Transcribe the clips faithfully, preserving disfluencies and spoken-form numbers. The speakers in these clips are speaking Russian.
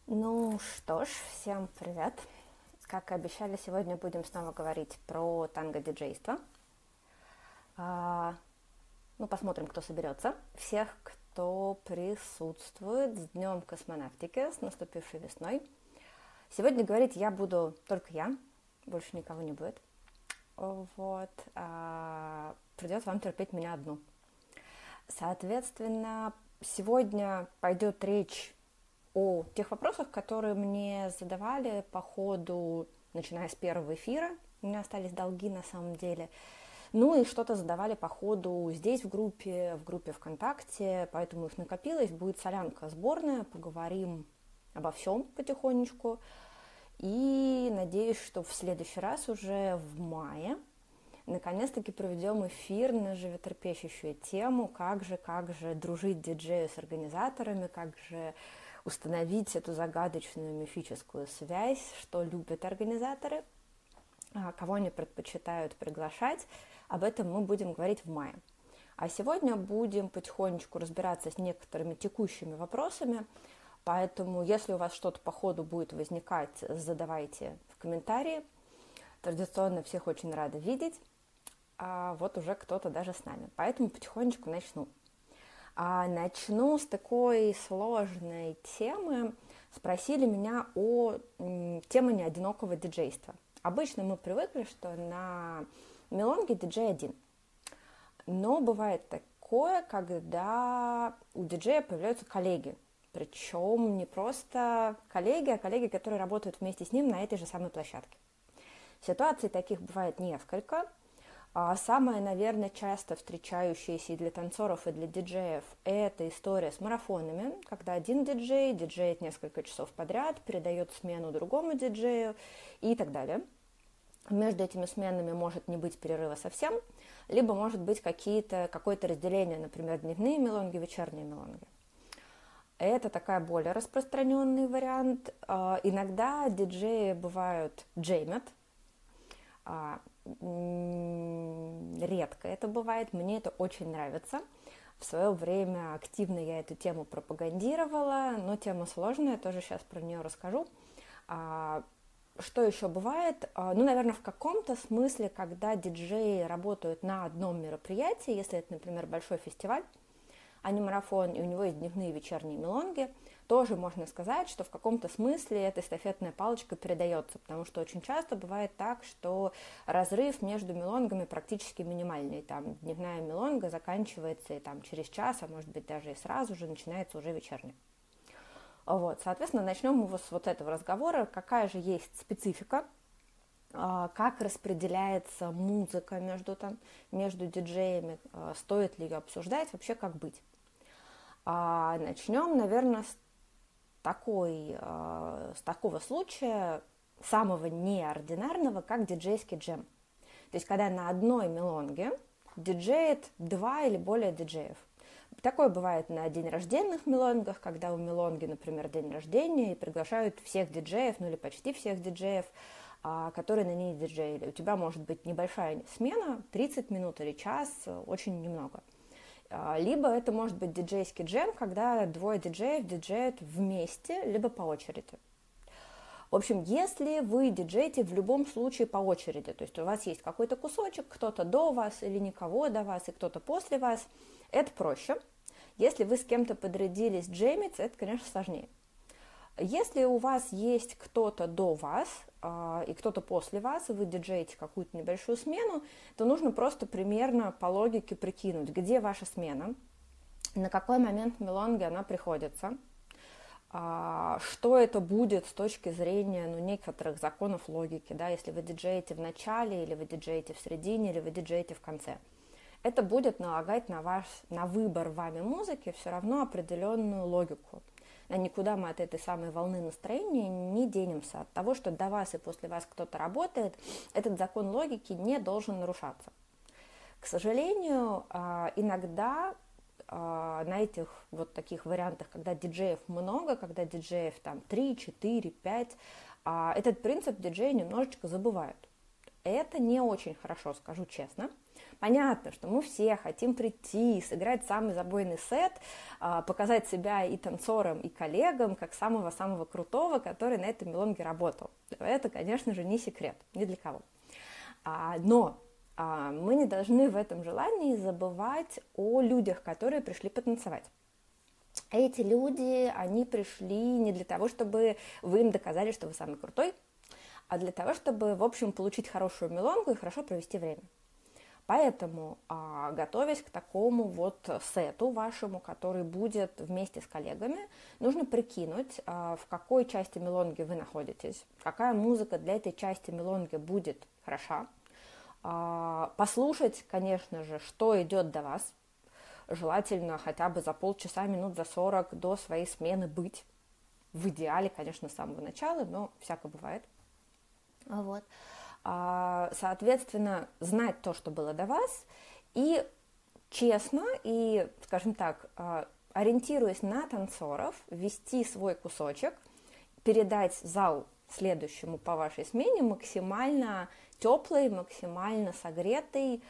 Ну что ж, всем привет. Как и обещали, сегодня будем снова говорить про танго-диджейство. А, ну, посмотрим, кто соберется. Всех, кто присутствует, с Днем космонавтики, с наступившей весной. Сегодня говорить я буду только я, больше никого не будет. Вот. А, придется вам терпеть меня одну. Соответственно, сегодня пойдет речь о тех вопросах, которые мне задавали по ходу, начиная с первого эфира. У меня остались долги на самом деле. Ну и что-то задавали по ходу здесь в группе, в группе ВКонтакте, поэтому их накопилось. Будет солянка сборная, поговорим обо всем потихонечку. И надеюсь, что в следующий раз, уже в мае, наконец-таки проведем эфир на животрепещущую тему, как же, как же дружить диджею с организаторами, как же установить эту загадочную мифическую связь, что любят организаторы, кого они предпочитают приглашать. Об этом мы будем говорить в мае. А сегодня будем потихонечку разбираться с некоторыми текущими вопросами, поэтому если у вас что-то по ходу будет возникать, задавайте в комментарии. Традиционно всех очень рада видеть, а вот уже кто-то даже с нами, поэтому потихонечку начну. А начну с такой сложной темы. Спросили меня о м, теме неодинокого диджейства. Обычно мы привыкли, что на мелонге диджей один. Но бывает такое, когда у диджея появляются коллеги. Причем не просто коллеги, а коллеги, которые работают вместе с ним на этой же самой площадке. Ситуаций таких бывает несколько. Самая, наверное, часто встречающаяся и для танцоров, и для диджеев – это история с марафонами, когда один диджей диджеет несколько часов подряд, передает смену другому диджею и так далее. Между этими сменами может не быть перерыва совсем, либо может быть какие-то, какое-то разделение, например, дневные мелонги, вечерние мелонги. Это такая более распространенный вариант. Иногда диджеи бывают джеймят. Редко это бывает, мне это очень нравится. В свое время активно я эту тему пропагандировала, но тема сложная, тоже сейчас про нее расскажу. Что еще бывает? Ну, наверное, в каком-то смысле, когда диджеи работают на одном мероприятии, если это, например, большой фестиваль, а не марафон, и у него есть дневные и вечерние мелонги, тоже можно сказать, что в каком-то смысле эта эстафетная палочка передается, потому что очень часто бывает так, что разрыв между мелонгами практически минимальный. Там дневная мелонга заканчивается и там через час, а может быть даже и сразу же начинается уже вечерняя. Вот, соответственно, начнем мы с вот этого разговора. Какая же есть специфика, как распределяется музыка между, там, между диджеями, стоит ли ее обсуждать, вообще как быть. Начнем, наверное, с, такой, с такого случая, самого неординарного, как диджейский джем. То есть, когда на одной мелонге диджеет два или более диджеев. Такое бывает на день рожденных мелонгах, когда у мелонги, например, день рождения, и приглашают всех диджеев, ну или почти всех диджеев, которые на ней диджеили. У тебя может быть небольшая смена, тридцать минут или час, очень немного. Либо это может быть диджейский джем, когда двое диджеев диджеют вместе, либо по очереди. В общем, если вы диджеете в любом случае по очереди, то есть у вас есть какой-то кусочек, кто-то до вас или никого до вас, и кто-то после вас, это проще. Если вы с кем-то подрядились джемить, это, конечно, сложнее. Если у вас есть кто-то до вас э, и кто-то после вас, и вы диджеете какую-то небольшую смену, то нужно просто примерно по логике прикинуть, где ваша смена, на какой момент мелонги она приходится, э, что это будет с точки зрения ну, некоторых законов логики, да, если вы диджеете в начале, или вы диджеете в середине, или вы диджеете в конце. Это будет налагать на, ваш, на выбор вами музыки все равно определенную логику. А никуда мы от этой самой волны настроения не денемся. От того, что до вас и после вас кто-то работает, этот закон логики не должен нарушаться. К сожалению, иногда на этих вот таких вариантах, когда диджеев много, когда диджеев там три, четыре, пять, этот принцип диджеи немножечко забывают. Это не очень хорошо, скажу честно, Понятно, что мы все хотим прийти, сыграть самый забойный сет, показать себя и танцорам, и коллегам, как самого-самого крутого, который на этой мелонге работал. Это, конечно же, не секрет, ни для кого. Но мы не должны в этом желании забывать о людях, которые пришли потанцевать. Эти люди, они пришли не для того, чтобы вы им доказали, что вы самый крутой, а для того, чтобы, в общем, получить хорошую мелонгу и хорошо провести время. Поэтому, готовясь к такому вот сету вашему, который будет вместе с коллегами, нужно прикинуть, в какой части мелонги вы находитесь, какая музыка для этой части мелонги будет хороша, послушать, конечно же, что идет до вас, желательно хотя бы за полчаса, минут за сорок до своей смены быть. В идеале, конечно, с самого начала, но всяко бывает. Вот. Соответственно, знать то, что было до вас, и честно, и, скажем так, ориентируясь на танцоров, вести свой кусочек, передать зал следующему по вашей смене максимально теплый, максимально согретый.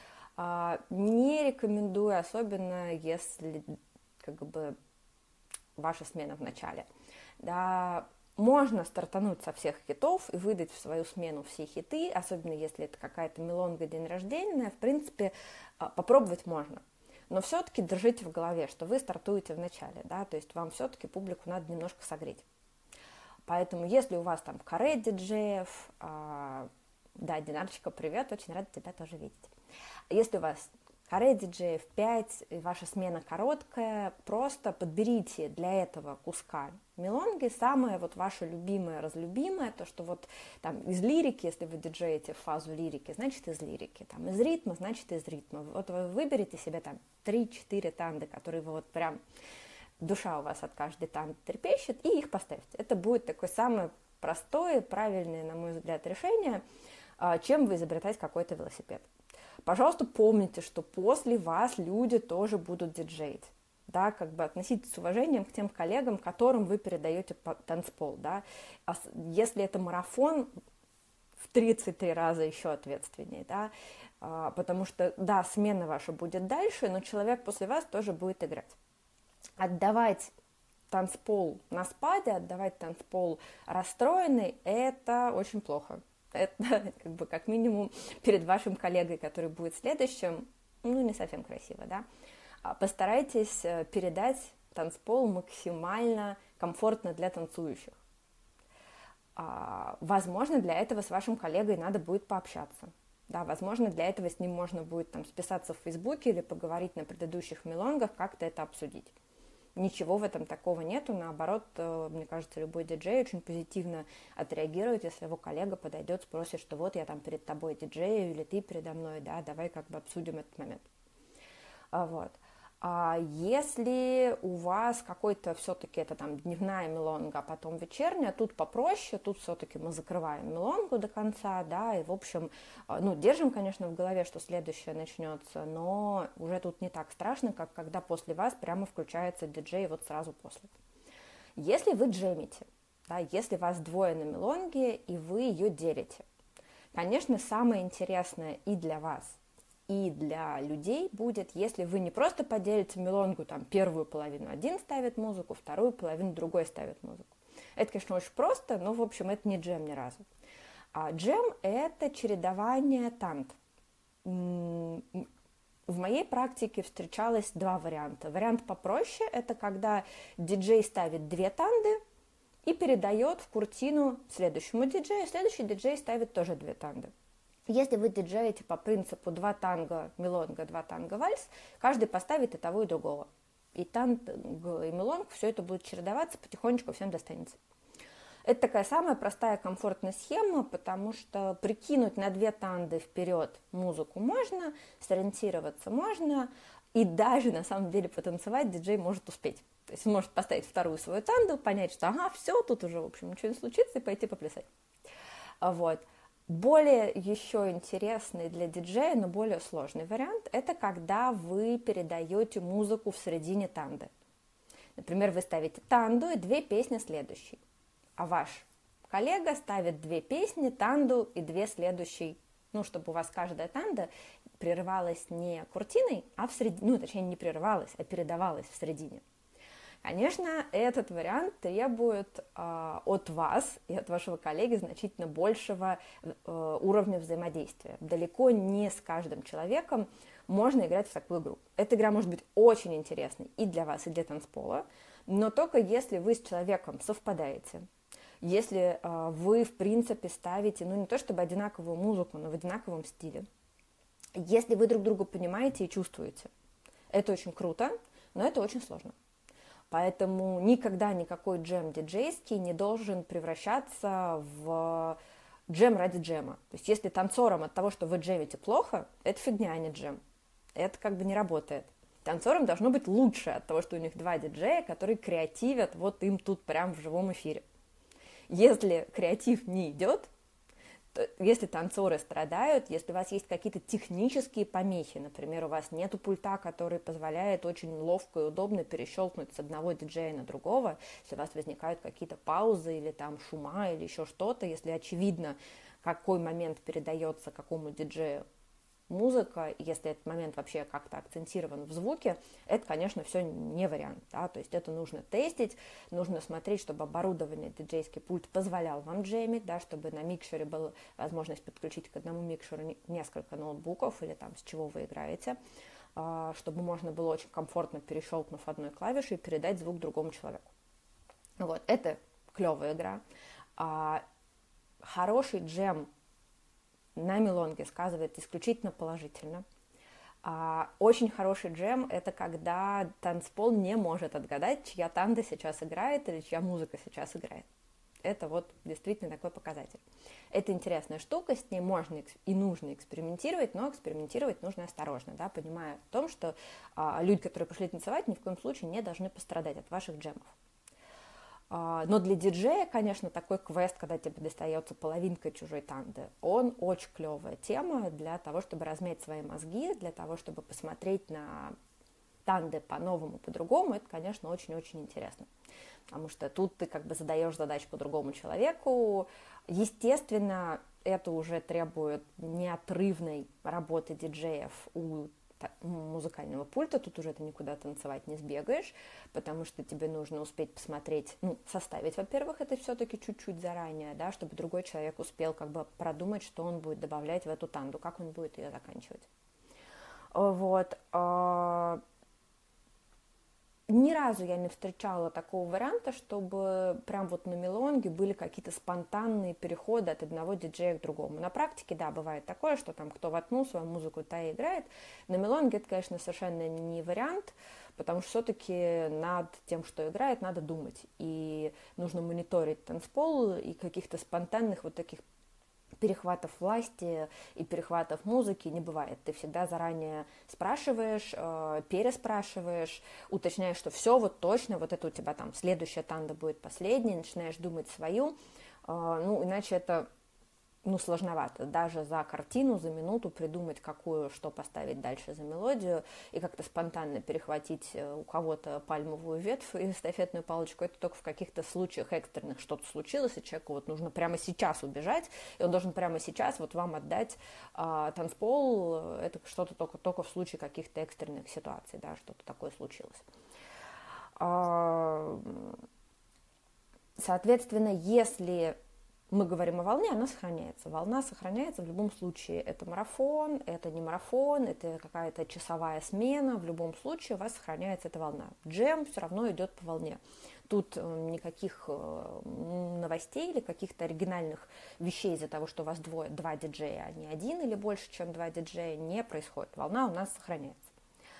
Не рекомендую, особенно если как бы ваша смена в начале. Да, можно стартануть со всех хитов и выдать в свою смену все хиты, особенно если это какая-то мелонга день рождения. В принципе, попробовать можно. Но все-таки держите в голове, что вы стартуете в начале, да, то есть вам все-таки публику надо немножко согреть. Поэтому если у вас там каре диджеев, да, Динарочка, привет, очень рада тебя тоже видеть. Если у вас каре диджеев пять, и ваша смена короткая, просто подберите для этого куска мелонги самое вот ваше любимое, разлюбимое, то, что вот там из лирики, если вы диджеете в фазу лирики, значит из лирики, там из ритма, значит из ритма. Вот вы выберете себе там три-четыре танды, которые вы вот прям, душа у вас от каждой танды трепещет, и их поставьте. Это будет такое самое простое, правильное, на мой взгляд, решение, чем вы изобретаете какой-то велосипед. Пожалуйста, помните, что после вас люди тоже будут диджеить, да, как бы относитесь с уважением к тем коллегам, которым вы передаете танцпол, да, а если это марафон, в тридцать три раза еще ответственнее, да, а, потому что, да, смена ваша будет дальше, но человек после вас тоже будет играть. Отдавать танцпол на спаде, отдавать танцпол расстроенный, это очень плохо. Это как бы как минимум перед вашим коллегой, который будет следующим, ну не совсем красиво, да. Постарайтесь передать танцпол максимально комфортно для танцующих. Возможно, для этого с вашим коллегой надо будет пообщаться. Да, возможно, для этого с ним можно будет там списаться в Фейсбуке или поговорить на предыдущих мелонгах, как-то это обсудить. Ничего в этом такого нету, наоборот, мне кажется, любой диджей очень позитивно отреагирует, если его коллега подойдет, спросит, что вот я там перед тобой диджею или ты передо мной, да, давай как бы обсудим этот момент. Вот. А если у вас какой-то все-таки это там дневная мелонга, а потом вечерняя, тут попроще, тут все-таки мы закрываем мелонгу до конца, да, и в общем, ну, держим, конечно, в голове, что следующее начнется, но уже тут не так страшно, как когда после вас прямо включается диджей вот сразу после. Если вы джемите, да, если вас двое на мелонге, и вы ее делите, конечно, самое интересное и для вас, и для людей будет, если вы не просто поделите мелонгу, там, первую половину один ставит музыку, вторую половину другой ставит музыку. Это, конечно, очень просто, но, в общем, это не джем ни разу. А джем – это чередование танд. В моей практике встречалось два варианта. Вариант попроще – это когда диджей ставит две танды и передает в куртину следующему диджею, следующий диджей ставит тоже две танды. Если вы диджеете по принципу два танго мелонга, два танго вальс, каждый поставит и того, и другого. И танго, и мелонг, все это будет чередоваться, потихонечку всем достанется. Это такая самая простая комфортная схема, потому что прикинуть на две танды вперед музыку можно, сориентироваться можно, и даже на самом деле потанцевать диджей может успеть. То есть он может поставить вторую свою танду, понять, что ага, все, тут уже, в общем, ничего не случится, и пойти поплясать. Вот. Более еще интересный для диджея, но более сложный вариант – это когда вы передаете музыку в середине танды. Например, вы ставите танду и две песни следующие, а ваш коллега ставит две песни, танду и две следующие, ну, чтобы у вас каждая танда прерывалась не куртиной, а в середине, ну, точнее, не прерывалась, а передавалась в середине. Конечно, этот вариант требует э, от вас и от вашего коллеги значительно большего э, уровня взаимодействия. Далеко не с каждым человеком можно играть в такую игру. Эта игра может быть очень интересной и для вас, и для танцпола, но только если вы с человеком совпадаете, если э, вы, в принципе, ставите, ну, не то чтобы одинаковую музыку, но в одинаковом стиле, если вы друг друга понимаете и чувствуете. Это очень круто, но это очень сложно. Поэтому никогда никакой джем диджейский не должен превращаться в джем ради джема. То есть если танцорам от того, что вы джемите плохо, это фигня, а не джем. Это как бы не работает. Танцорам должно быть лучше от того, что у них два диджея, которые креативят вот им тут прям в живом эфире. Если креатив не идет, если танцоры страдают, если у вас есть какие-то технические помехи, например, у вас нету пульта, который позволяет очень ловко и удобно перещелкнуть с одного диджея на другого, если у вас возникают какие-то паузы или там шума или еще что-то, если очевидно, какой момент передается какому диджею музыка, если этот момент вообще как-то акцентирован в звуке, это, конечно, все не вариант, да, то есть это нужно тестить, нужно смотреть, чтобы оборудование, диджейский пульт позволял вам джемить, да, чтобы на микшере была возможность подключить к одному микшеру несколько ноутбуков или там с чего вы играете, чтобы можно было очень комфортно, перещелкнув одной клавишей, передать звук другому человеку. Вот, это клевая игра. Хороший джем на мелонге сказывается исключительно положительно. А, очень хороший джем – это когда танцпол не может отгадать, чья танда сейчас играет или чья музыка сейчас играет. Это вот действительно такой показатель. Это интересная штука, с ней можно и нужно экспериментировать, но экспериментировать нужно осторожно, да, понимая о том, что а, люди, которые пошли танцевать, ни в коем случае не должны пострадать от ваших джемов. Но для диджея, конечно, такой квест, когда тебе достается половинка чужой танды, он очень клевая тема для того, чтобы размять свои мозги, для того, чтобы посмотреть на танды по-новому, по-другому. Это, конечно, очень-очень интересно. Потому что тут ты как бы задаешь задачку другому человеку. Естественно, это уже требует неотрывной работы диджеев у музыкального пульта, тут уже ты никуда танцевать не сбегаешь, потому что тебе нужно успеть посмотреть, ну, составить, во-первых, это все-таки чуть-чуть заранее, да, чтобы другой человек успел как бы продумать, что он будет добавлять в эту танду, как он будет ее заканчивать. Вот. Ни разу я не встречала такого варианта, чтобы прям вот на мелонге были какие-то спонтанные переходы от одного диджея к другому. На практике, да, бывает такое, что там кто воткнул свою музыку, та и играет. На мелонге это, конечно, совершенно не вариант, потому что все-таки над тем, что играет, надо думать. И нужно мониторить танцпол, и каких-то спонтанных вот таких перехватов власти и перехватов музыки не бывает. Ты всегда заранее спрашиваешь, э, переспрашиваешь, уточняешь, что все вот точно, вот это у тебя там следующая танда будет последняя, начинаешь думать свою, э, ну, иначе это, ну, сложновато. Даже за картину, за минуту придумать, какую, что поставить дальше за мелодию, и как-то спонтанно перехватить у кого-то пальмовую ветвь и эстафетную палочку, это только в каких-то случаях экстренных что-то случилось, и человеку вот нужно прямо сейчас убежать, и он должен прямо сейчас вот вам отдать а, танцпол, это что-то только, только в случае каких-то экстренных ситуаций, да, что-то такое случилось. А, соответственно, если мы говорим о волне, она сохраняется. Волна сохраняется в любом случае. Это марафон, это не марафон, это какая-то часовая смена. В любом случае у вас сохраняется эта волна. Джем все равно идет по волне. Тут никаких новостей или каких-то оригинальных вещей из-за того, что у вас двое, два диджея, а не один или больше, чем два диджея, не происходит. Волна у нас сохраняется.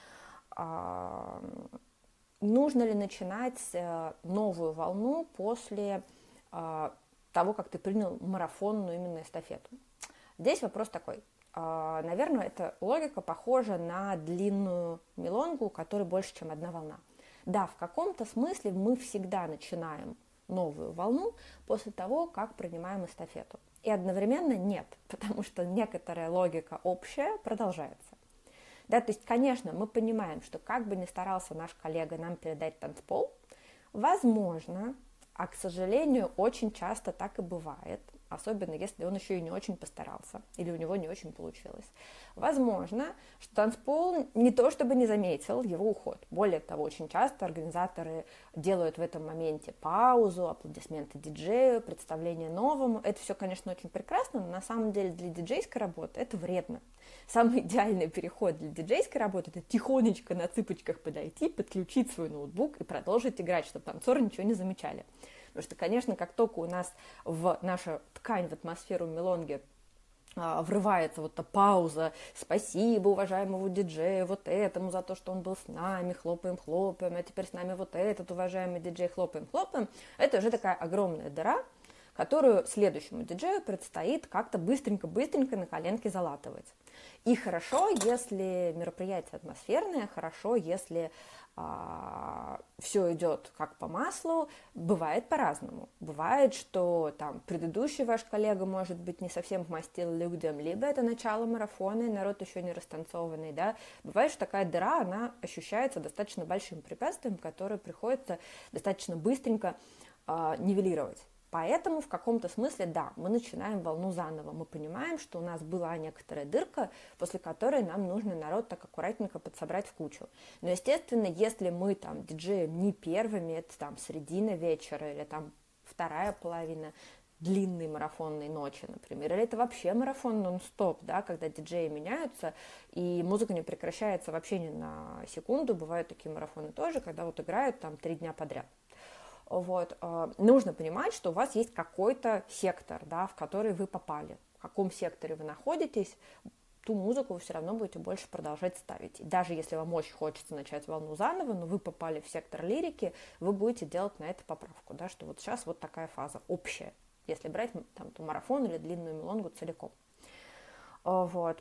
Нужно ли начинать новую волну после того, как ты принял марафонную именно эстафету? Здесь вопрос такой. Наверное, эта логика похожа на длинную мелонгу, у которой больше, чем одна волна. Да, в каком-то смысле мы всегда начинаем новую волну после того, как принимаем эстафету. И одновременно нет, потому что некоторая логика общая продолжается. Да, то есть, конечно, мы понимаем, что как бы ни старался наш коллега нам передать танцпол, возможно, а, к сожалению, очень часто так и бывает, особенно если он еще и не очень постарался, или у него не очень получилось. Возможно, что танцпол не то чтобы не заметил его уход. Более того, очень часто организаторы делают в этом моменте паузу, аплодисменты диджею, представление новому. Это все, конечно, очень прекрасно, но на самом деле для диджейской работы это вредно. Самый идеальный переход для диджейской работы – это тихонечко на цыпочках подойти, подключить свой ноутбук и продолжить играть, чтобы танцоры ничего не замечали. Потому что, конечно, как только у нас в нашу ткань, в атмосферу мелонги а, врывается вот эта пауза, спасибо уважаемому диджею, вот этому за то, что он был с нами, хлопаем, хлопаем, а теперь с нами вот этот уважаемый диджей, хлопаем, хлопаем, это уже такая огромная дыра, которую следующему диджею предстоит как-то быстренько-быстренько на коленке залатывать. И хорошо, если мероприятие атмосферное, хорошо, если а, все идет как по маслу. Бывает по-разному. Бывает, что там предыдущий ваш коллега, может быть, не совсем вмастил людям, либо это начало марафона, и народ еще не растанцованный, да. Бывает, что такая дыра, она ощущается достаточно большим препятствием, которое приходится достаточно быстренько а, нивелировать. Поэтому в каком-то смысле, да, мы начинаем волну заново. Мы понимаем, что у нас была некоторая дырка, после которой нам нужно народ так аккуратненько подсобрать в кучу. Но, естественно, если мы там диджеем не первыми, это там середина вечера или там вторая половина длинной марафонной ночи, например, или это вообще марафон нон-стоп, да, когда диджеи меняются, и музыка не прекращается вообще ни на секунду. Бывают такие марафоны тоже, когда вот играют там три дня подряд. Вот, э, нужно понимать, что у вас есть какой-то сектор, да, в который вы попали. В каком секторе вы находитесь, ту музыку вы все равно будете больше продолжать ставить. И даже если вам очень хочется начать волну заново, но вы попали в сектор лирики, вы будете делать на это поправку, да, что вот сейчас вот такая фаза общая, если брать там ту марафон или длинную мелонгу целиком. Э, вот.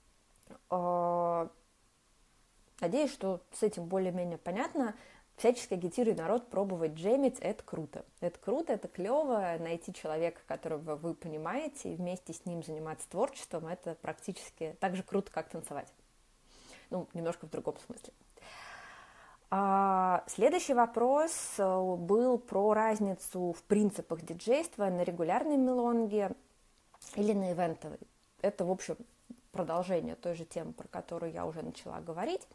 Э, надеюсь, что с этим более-менее понятно. Всячески агитирую народ пробовать джемить, это круто. Это круто, это клево, найти человека, которого вы понимаете, и вместе с ним заниматься творчеством, это практически так же круто, как танцевать. Ну, немножко в другом смысле. А, следующий вопрос был про разницу в принципах диджейства на регулярной мелонге или на ивентовой. Это, в общем, продолжение той же темы, про которую я уже начала говорить.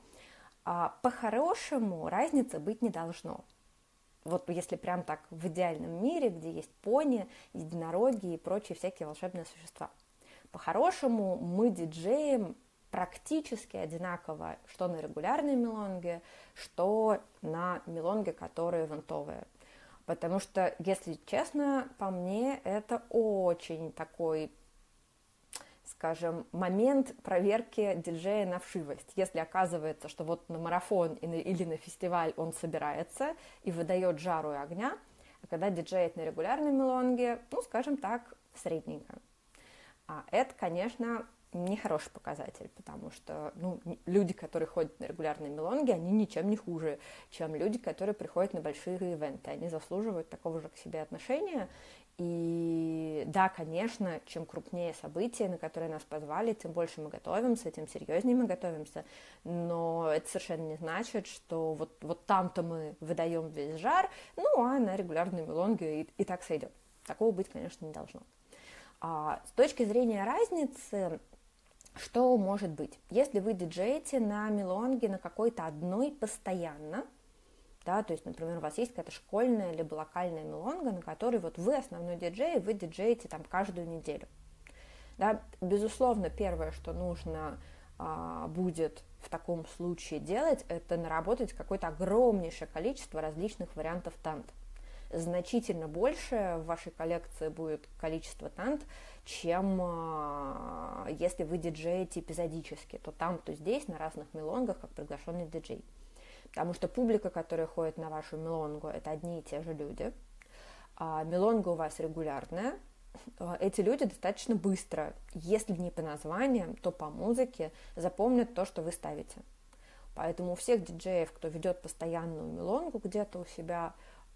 По-хорошему разницы быть не должно. Вот если прям так в идеальном мире, где есть пони, единороги и прочие всякие волшебные существа. По-хорошему мы диджеем практически одинаково, что на регулярной мелонге, что на мелонге, которая ивентовая. Потому что, если честно, по мне, это очень такой, скажем, момент проверки диджея на вшивость. Если оказывается, что вот на марафон или на фестиваль он собирается и выдает жару и огня, а когда диджеет на регулярной мелонге, ну, скажем так, средненько. А это, конечно, нехороший показатель, потому что ну, люди, которые ходят на регулярные мелонги, они ничем не хуже, чем люди, которые приходят на большие ивенты. Они заслуживают такого же к себе отношения. И да, конечно, чем крупнее события, на которые нас позвали, тем больше мы готовимся, тем серьезнее мы готовимся. Но это совершенно не значит, что вот, вот там-то мы выдаем весь жар, ну а на регулярной мелонге и, и так сойдет. Такого быть, конечно, не должно. А, с точки зрения разницы, что может быть? Если вы диджеете на мелонге на какой-то одной постоянно, да, то есть, например, у вас есть какая-то школьная либо локальная мелонга, на которой вот вы основной диджей, и вы диджеете там каждую неделю. Да, безусловно, первое, что нужно а, будет в таком случае делать, это наработать какое-то огромнейшее количество различных вариантов тант. Значительно больше в вашей коллекции будет количество тант, чем а, если вы диджеете эпизодически, то там, то здесь, на разных мелонгах, как приглашенный диджей. Потому что публика, которая ходит на вашу мелонгу, это одни и те же люди. А мелонга у вас регулярная. Эти люди достаточно быстро, если не по названиям, то по музыке, запомнят то, что вы ставите. Поэтому у всех диджеев, кто ведет постоянную мелонгу где-то у себя,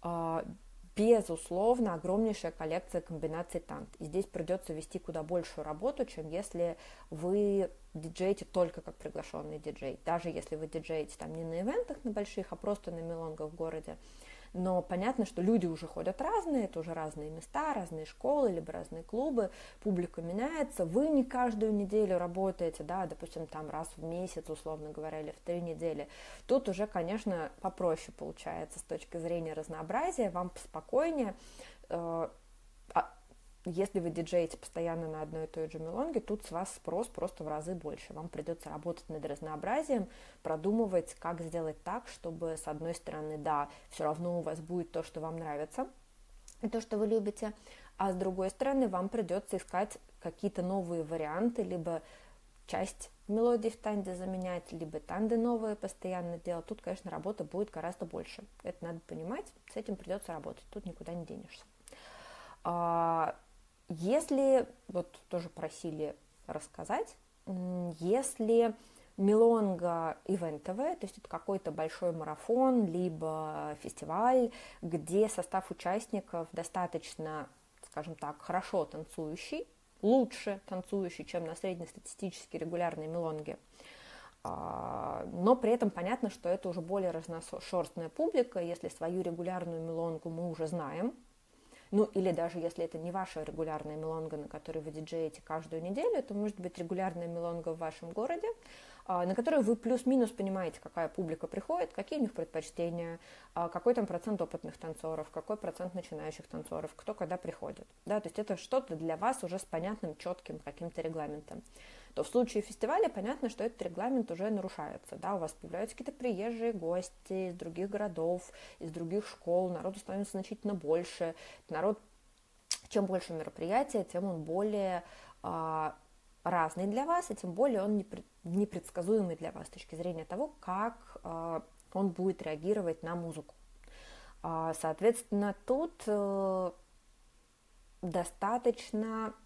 безусловно, огромнейшая коллекция комбинаций тант. И здесь придется вести куда большую работу, чем если вы диджеете только как приглашенный диджей. Даже если вы диджеете там не на ивентах на больших, а просто на мелонгах в городе, но понятно, что люди уже ходят разные, это уже разные места, разные школы, либо разные клубы, публика меняется, вы не каждую неделю работаете, да, допустим, там раз в месяц, условно говоря, или в три недели. Тут уже, конечно, попроще получается с точки зрения разнообразия, вам спокойнее. Если вы диджеете постоянно на одной и той же мелодии, тут с вас спрос просто в разы больше. Вам придется работать над разнообразием, продумывать, как сделать так, чтобы, с одной стороны, да, все равно у вас будет то, что вам нравится, и то, что вы любите, а с другой стороны, вам придется искать какие-то новые варианты, либо часть мелодий в танде заменять, либо танды новые постоянно делать. Тут, конечно, работа будет гораздо больше. Это надо понимать, с этим придется работать, тут никуда не денешься. Если, вот тоже просили рассказать, если мелонга ивентовая, то есть это какой-то большой марафон, либо фестиваль, где состав участников достаточно, скажем так, хорошо танцующий, лучше танцующий, чем на среднестатистически регулярной мелонге, но при этом понятно, что это уже более разношерстная публика, если свою регулярную мелонгу мы уже знаем, ну, или даже если это не ваша регулярная мелонга, на которой вы диджеете каждую неделю, это может быть регулярная мелонга в вашем городе, на которую вы плюс-минус понимаете, какая публика приходит, какие у них предпочтения, какой там процент опытных танцоров, какой процент начинающих танцоров, кто когда приходит. Да, то есть это что-то для вас уже с понятным, четким каким-то регламентом. То в случае фестиваля понятно, что этот регламент уже нарушается. Да, у вас появляются какие-то приезжие гости из других городов, из других школ, народу становится значительно больше. Народ, чем больше мероприятия, тем он более а, разный для вас, и тем более он непредсказуемый для вас с точки зрения того, как а, он будет реагировать на музыку. А, соответственно, тут а, достаточно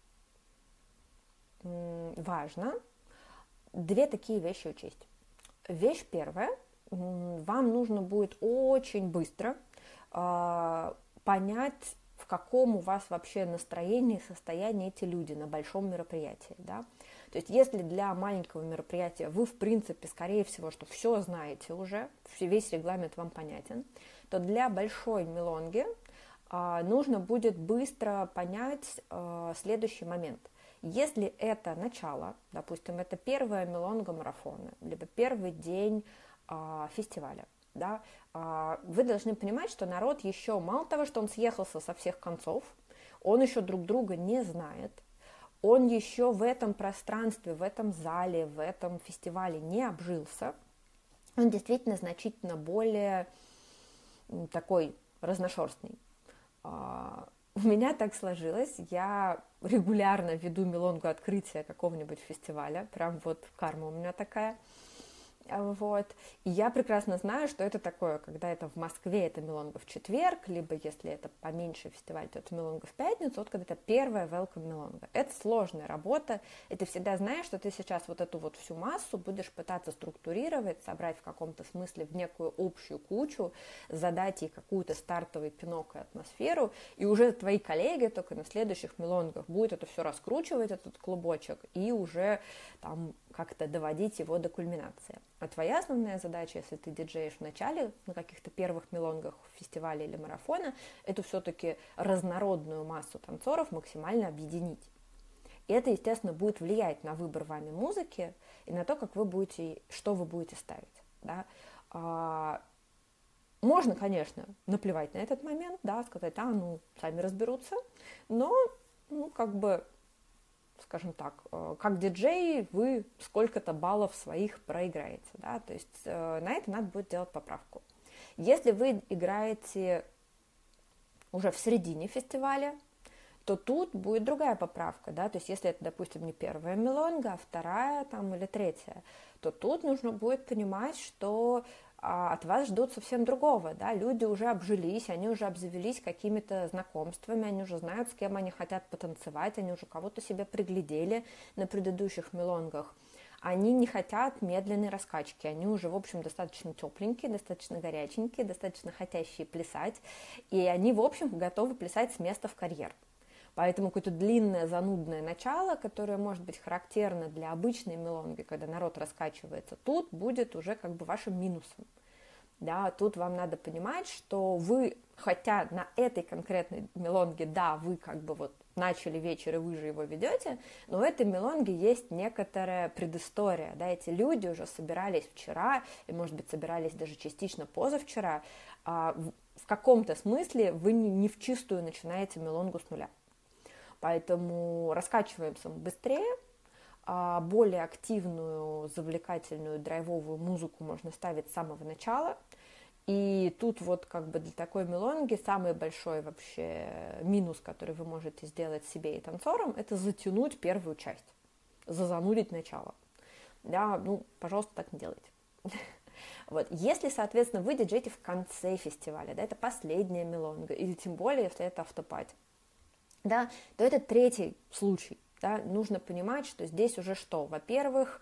важно две такие вещи учесть. Вещь первая, вам нужно будет очень быстро э, понять, в каком у вас вообще настроении, состоянии эти люди на большом мероприятии. Да? То есть если для маленького мероприятия вы, в принципе, скорее всего, что все знаете уже, весь регламент вам понятен, то для большой мелонги э, нужно будет быстро понять э, следующий момент. Если это начало, допустим, это первая мелонга марафона, либо первый день э, фестиваля, да, э, вы должны понимать, что народ еще, мало того, что он съехался со всех концов, он еще друг друга не знает, он еще в этом пространстве, в этом зале, в этом фестивале не обжился, он действительно значительно более такой разношерстный. Э, у меня так сложилось, я регулярно веду мелонгу открытия какого-нибудь фестиваля, прям вот карма у меня такая, вот, и я прекрасно знаю, что это такое, когда это в Москве, это мелонга в четверг, либо если это поменьше фестиваль, то это мелонга в пятницу, вот когда это первая welcome мелонга, это сложная работа, и ты всегда знаешь, что ты сейчас вот эту вот всю массу будешь пытаться структурировать, собрать в каком-то смысле в некую общую кучу, задать ей какую-то стартовый пинок и атмосферу, и уже твои коллеги только на следующих мелонгах будут это все раскручивать, этот клубочек, и уже там как-то доводить его до кульминации. А твоя основная задача, если ты диджеешь в начале, на каких-то первых мелонгах фестиваля или марафона, это все-таки разнородную массу танцоров максимально объединить. И это, естественно, будет влиять на выбор вами музыки и на то, как вы будете, что вы будете ставить. Да? А, можно, конечно, наплевать на этот момент, да, сказать, а, ну, сами разберутся, но, ну, как бы, скажем так, как диджей вы сколько-то баллов своих проиграете, да, то есть э, на это надо будет делать поправку. Если вы играете уже в середине фестиваля, то тут будет другая поправка, да, то есть если это, допустим, не первая мелонга, а вторая там или третья, то тут нужно будет понимать, что от вас ждут совсем другого, да, люди уже обжились, они уже обзавелись какими-то знакомствами, они уже знают, с кем они хотят потанцевать, они уже кого-то себе приглядели на предыдущих мелонгах, они не хотят медленной раскачки, они уже, в общем, достаточно тепленькие, достаточно горяченькие, достаточно хотящие плясать, и они, в общем, готовы плясать с места в карьер. Поэтому какое-то длинное, занудное начало, которое может быть характерно для обычной мелонги, когда народ раскачивается, тут будет уже как бы вашим минусом. Да, тут вам надо понимать, что вы, хотя на этой конкретной мелонге, да, вы как бы вот начали вечер, и вы же его ведете, но у этой мелонги есть некоторая предыстория, да, эти люди уже собирались вчера, и, может быть, собирались даже частично позавчера, а в, в каком-то смысле вы не, не в чистую начинаете мелонгу с нуля, поэтому раскачиваемся быстрее, а более активную, завлекательную, драйвовую музыку можно ставить с самого начала. И тут вот как бы для такой мелонги самый большой вообще минус, который вы можете сделать себе и танцорам, это затянуть первую часть, зазанудить начало. Да, ну, пожалуйста, так не делайте. Вот. Если, соответственно, вы диджеете в конце фестиваля, да, это последняя мелонга, или тем более, если это автопати, да, то это третий случай. Да, нужно понимать, что здесь уже что? Во-первых,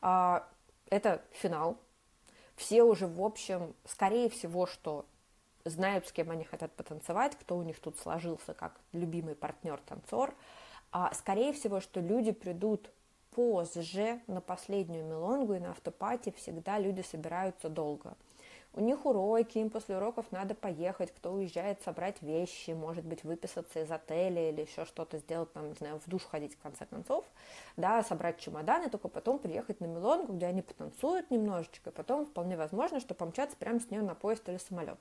это финал. Все уже, в общем, скорее всего, что знают, с кем они хотят потанцевать, кто у них тут сложился как любимый партнер-танцор. Скорее всего, что люди придут позже на последнюю мелонгу, и на автопати всегда люди собираются долго. У них уроки, им после уроков надо поехать, кто уезжает, собрать вещи, может быть, выписаться из отеля или еще что-то сделать, там, не знаю, в душ ходить, в конце концов, да, собрать чемоданы, только потом приехать на мелонгу, где они потанцуют немножечко, и потом вполне возможно, что помчаться прямо с нее на поезд или самолет.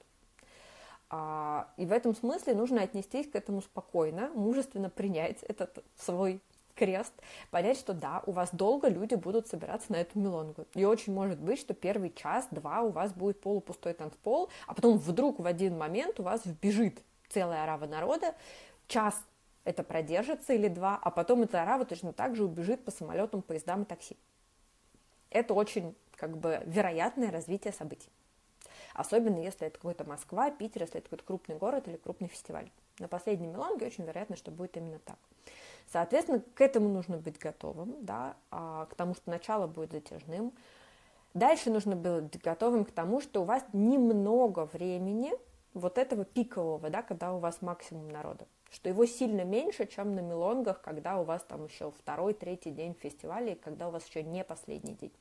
А, и в этом смысле нужно отнестись к этому спокойно, мужественно принять этот свой крест, понять, что да, у вас долго люди будут собираться на эту мелонгу. И очень может быть, что первый час-два у вас будет полупустой танцпол, а потом вдруг в один момент у вас вбежит целая орава народа, час это продержится или два, а потом эта орава точно так же убежит по самолетам, поездам и такси. Это очень как бы вероятное развитие событий. Особенно если это какой-то Москва, Питер, если это какой-то крупный город или крупный фестиваль. На последней мелонге очень вероятно, что будет именно так. Соответственно, к этому нужно быть готовым, да, а, к тому, что начало будет затяжным. Дальше нужно быть готовым к тому, что у вас немного времени вот этого пикового, да, когда у вас максимум народа, что его сильно меньше, чем на мелонгах, когда у вас там еще второй, третий день фестиваля, и когда у вас еще не последний день.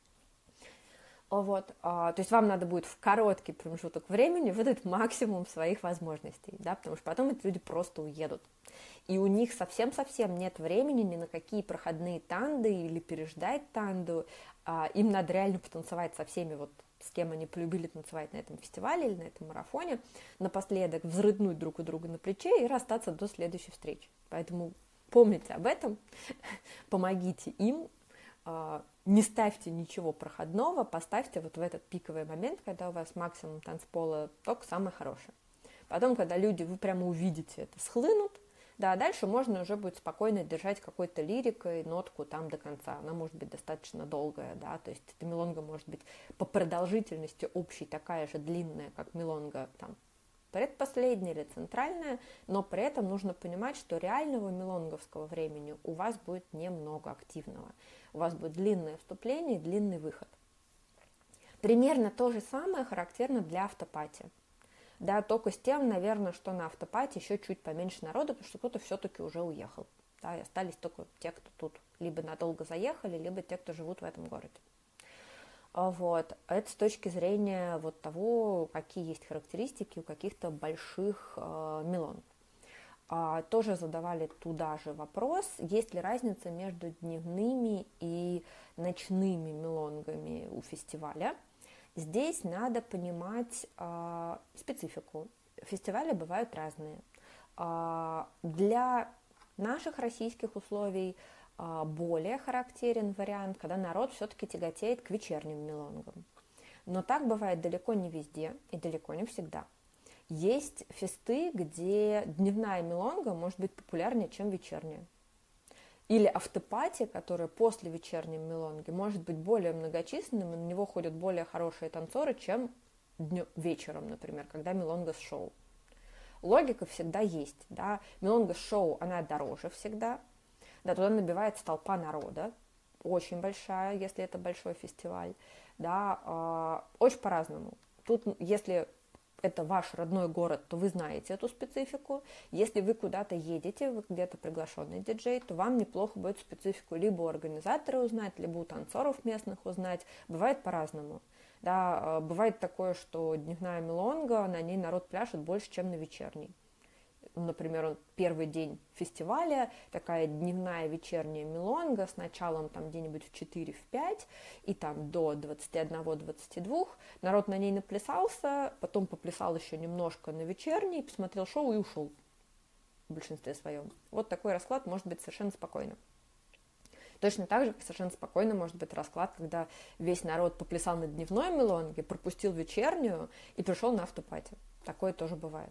Вот, а, то есть вам надо будет в короткий промежуток времени выдать максимум своих возможностей, да, потому что потом эти люди просто уедут. И у них совсем-совсем нет времени ни на какие проходные танды или переждать танду. А, им надо реально потанцевать со всеми, вот, с кем они полюбили танцевать на этом фестивале или на этом марафоне, напоследок взрыднуть друг у друга на плече и расстаться до следующей встречи. Поэтому помните об этом, помогите им, не ставьте ничего проходного, поставьте вот в этот пиковый момент, когда у вас максимум танцпола, только самое хорошее. Потом, когда люди, вы прямо увидите это, схлынут, да, дальше можно уже будет спокойно держать какой-то лирикой нотку там до конца. Она может быть достаточно долгая, да, то есть эта мелонга может быть по продолжительности общей такая же длинная, как мелонга там предпоследняя или центральная, но при этом нужно понимать, что реального мелонговского времени у вас будет немного активного. У вас будет длинное вступление и длинный выход. Примерно то же самое характерно для автопати. Да, только с тем, наверное, что на автопати еще чуть поменьше народу, потому что кто-то все-таки уже уехал. Да, и остались только те, кто тут либо надолго заехали, либо те, кто живут в этом городе. Вот. Это с точки зрения вот того, какие есть характеристики у каких-то больших э, мелон. А, тоже задавали туда же вопрос, есть ли разница между дневными и ночными мелонгами у фестиваля. Здесь надо понимать э, специфику. Фестивали бывают разные. Э, для наших российских условий более характерен вариант, когда народ все-таки тяготеет к вечерним мелонгам. Но так бывает далеко не везде и далеко не всегда. Есть фесты, где дневная мелонга может быть популярнее, чем вечерняя. Или автопати, которое после вечерней мелонги может быть более многочисленным, и на него ходят более хорошие танцоры, чем днем, вечером, например, когда мелонга с шоу. Логика всегда есть. Да? Мелонга с шоу, она дороже всегда. Да, туда набивается толпа народа, очень большая, если это большой фестиваль, да, э, очень по-разному. Тут, если это ваш родной город, то вы знаете эту специфику. Если вы куда-то едете, вы где-то приглашенный диджей, то вам неплохо будет специфику либо у организатора узнать, либо у танцоров местных узнать. Бывает по-разному. Да, бывает такое, что дневная мелонга, на ней народ пляшет больше, чем на вечерней. Например, первый день фестиваля, такая дневная вечерняя мелонга с началом там где-нибудь в четыре-пять и там до двадцати одного двадцати двух. Народ на ней наплясался, потом поплясал еще немножко на вечерней, посмотрел шоу и ушел в большинстве своем. Вот такой расклад может быть совершенно спокойно. Точно так же, как совершенно спокойно может быть расклад, когда весь народ поплясал на дневной мелонге, пропустил вечернюю и пришел на автопати. Такое тоже бывает.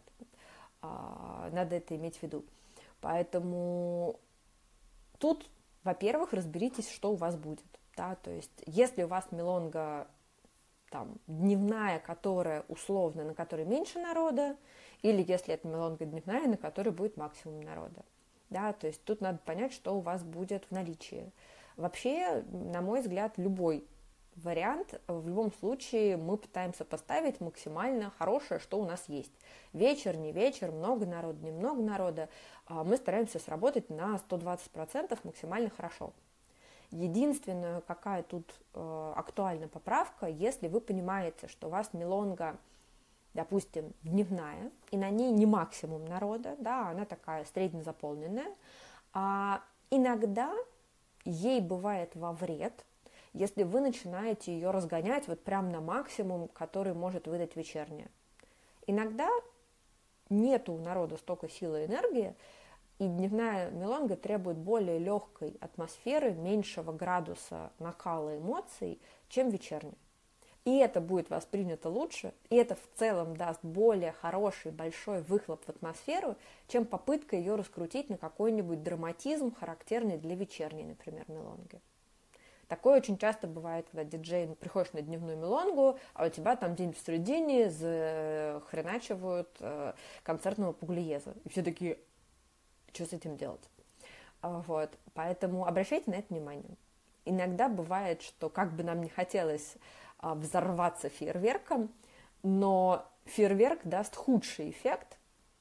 Надо это иметь в виду. Поэтому тут, во-первых, разберитесь, что у вас будет. Да? То есть, если у вас мелонга там, дневная, которая условно, на которой меньше народа, или если это мелонга дневная, на которой будет максимум народа. Да? То есть, тут надо понять, что у вас будет в наличии. Вообще, на мой взгляд, любой вариант, в любом случае мы пытаемся поставить максимально хорошее, что у нас есть. Вечер, не вечер, много народа, немного народа. Мы стараемся сработать на сто двадцать процентов максимально хорошо. Единственное, какая тут э, актуальна поправка, если вы понимаете, что у вас мелонга, допустим, дневная, и на ней не максимум народа, да, она такая среднезаполненная, а иногда ей бывает во вред, если вы начинаете ее разгонять вот прям на максимум, который может выдать вечерняя. Иногда нету у народа столько силы и энергии, и дневная мелонга требует более легкой атмосферы, меньшего градуса накала эмоций, чем вечерняя. И это будет воспринято лучше, и это в целом даст более хороший, большой выхлоп в атмосферу, чем попытка ее раскрутить на какой-нибудь драматизм, характерный для вечерней, например, мелонги. Такое очень часто бывает, когда диджей, ну, приходишь на дневную мелонгу, а у тебя там день в середине захреначивают э, концертного Пуглиеза. И все такие, что с этим делать? Вот. Поэтому обращайте на это внимание. Иногда бывает, что как бы нам не хотелось э, взорваться фейерверком, но фейерверк даст худший эффект,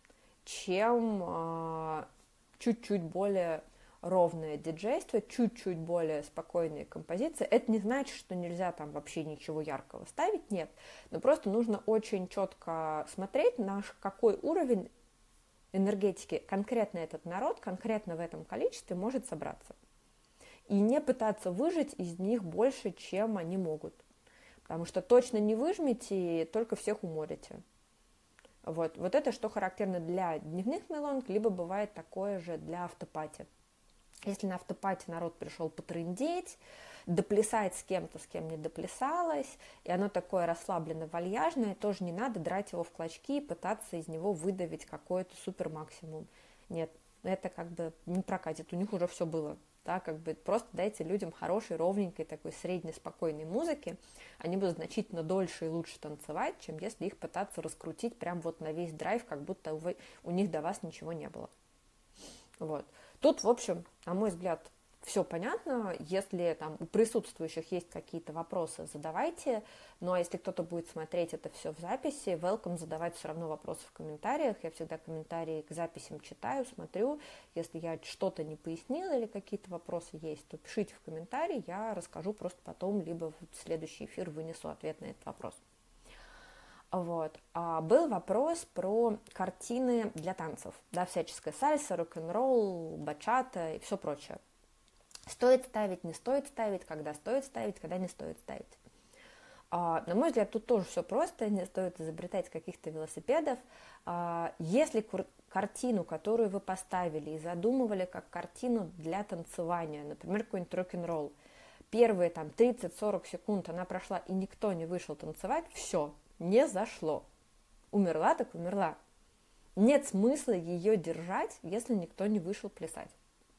чем э, чуть-чуть более ровное диджейство, чуть-чуть более спокойные композиции. Это не значит, что нельзя там вообще ничего яркого ставить, нет. Но просто нужно очень четко смотреть, на какой уровень энергетики конкретно этот народ, конкретно в этом количестве может собраться. И не пытаться выжать из них больше, чем они могут. Потому что точно не выжмете, только всех уморите. Вот, вот это что характерно для дневных мелонг, либо бывает такое же для автопати. Если на автопати народ пришел потрындеть, доплясать с кем-то, с кем не доплясалось, и оно такое расслабленно-вальяжное, тоже не надо драть его в клочки и пытаться из него выдавить какой-то супер максимум. Нет, это как бы не прокатит, у них уже все было. Да, как бы просто дайте людям хорошей, ровненькой, такой средней, спокойной музыки, они будут значительно дольше и лучше танцевать, чем если их пытаться раскрутить прям вот на весь драйв, как будто у, у них до вас ничего не было. Вот. Тут, в общем, на мой взгляд, все понятно. Если там у присутствующих есть какие-то вопросы, задавайте. Ну, а если кто-то будет смотреть это все в записи, welcome задавать все равно вопросы в комментариях. Я всегда комментарии к записям читаю, смотрю. Если я что-то не пояснила или какие-то вопросы есть, то пишите в комментарии, я расскажу просто потом, либо в следующий эфир вынесу ответ на этот вопрос. Вот. А был вопрос про картины для танцев, да, всяческая сальса, рок-н-ролл, бачата и все прочее. Стоит ставить, не стоит ставить, когда стоит ставить, когда не стоит ставить. А, на мой взгляд, тут тоже все просто, не стоит изобретать каких-то велосипедов. А, если кур- картину, которую вы поставили и задумывали как картину для танцевания, например, какой-нибудь рок-н-ролл, первые там тридцать-сорок секунд она прошла и никто не вышел танцевать, все. Не зашло. Умерла так умерла. Нет смысла ее держать, если никто не вышел плясать.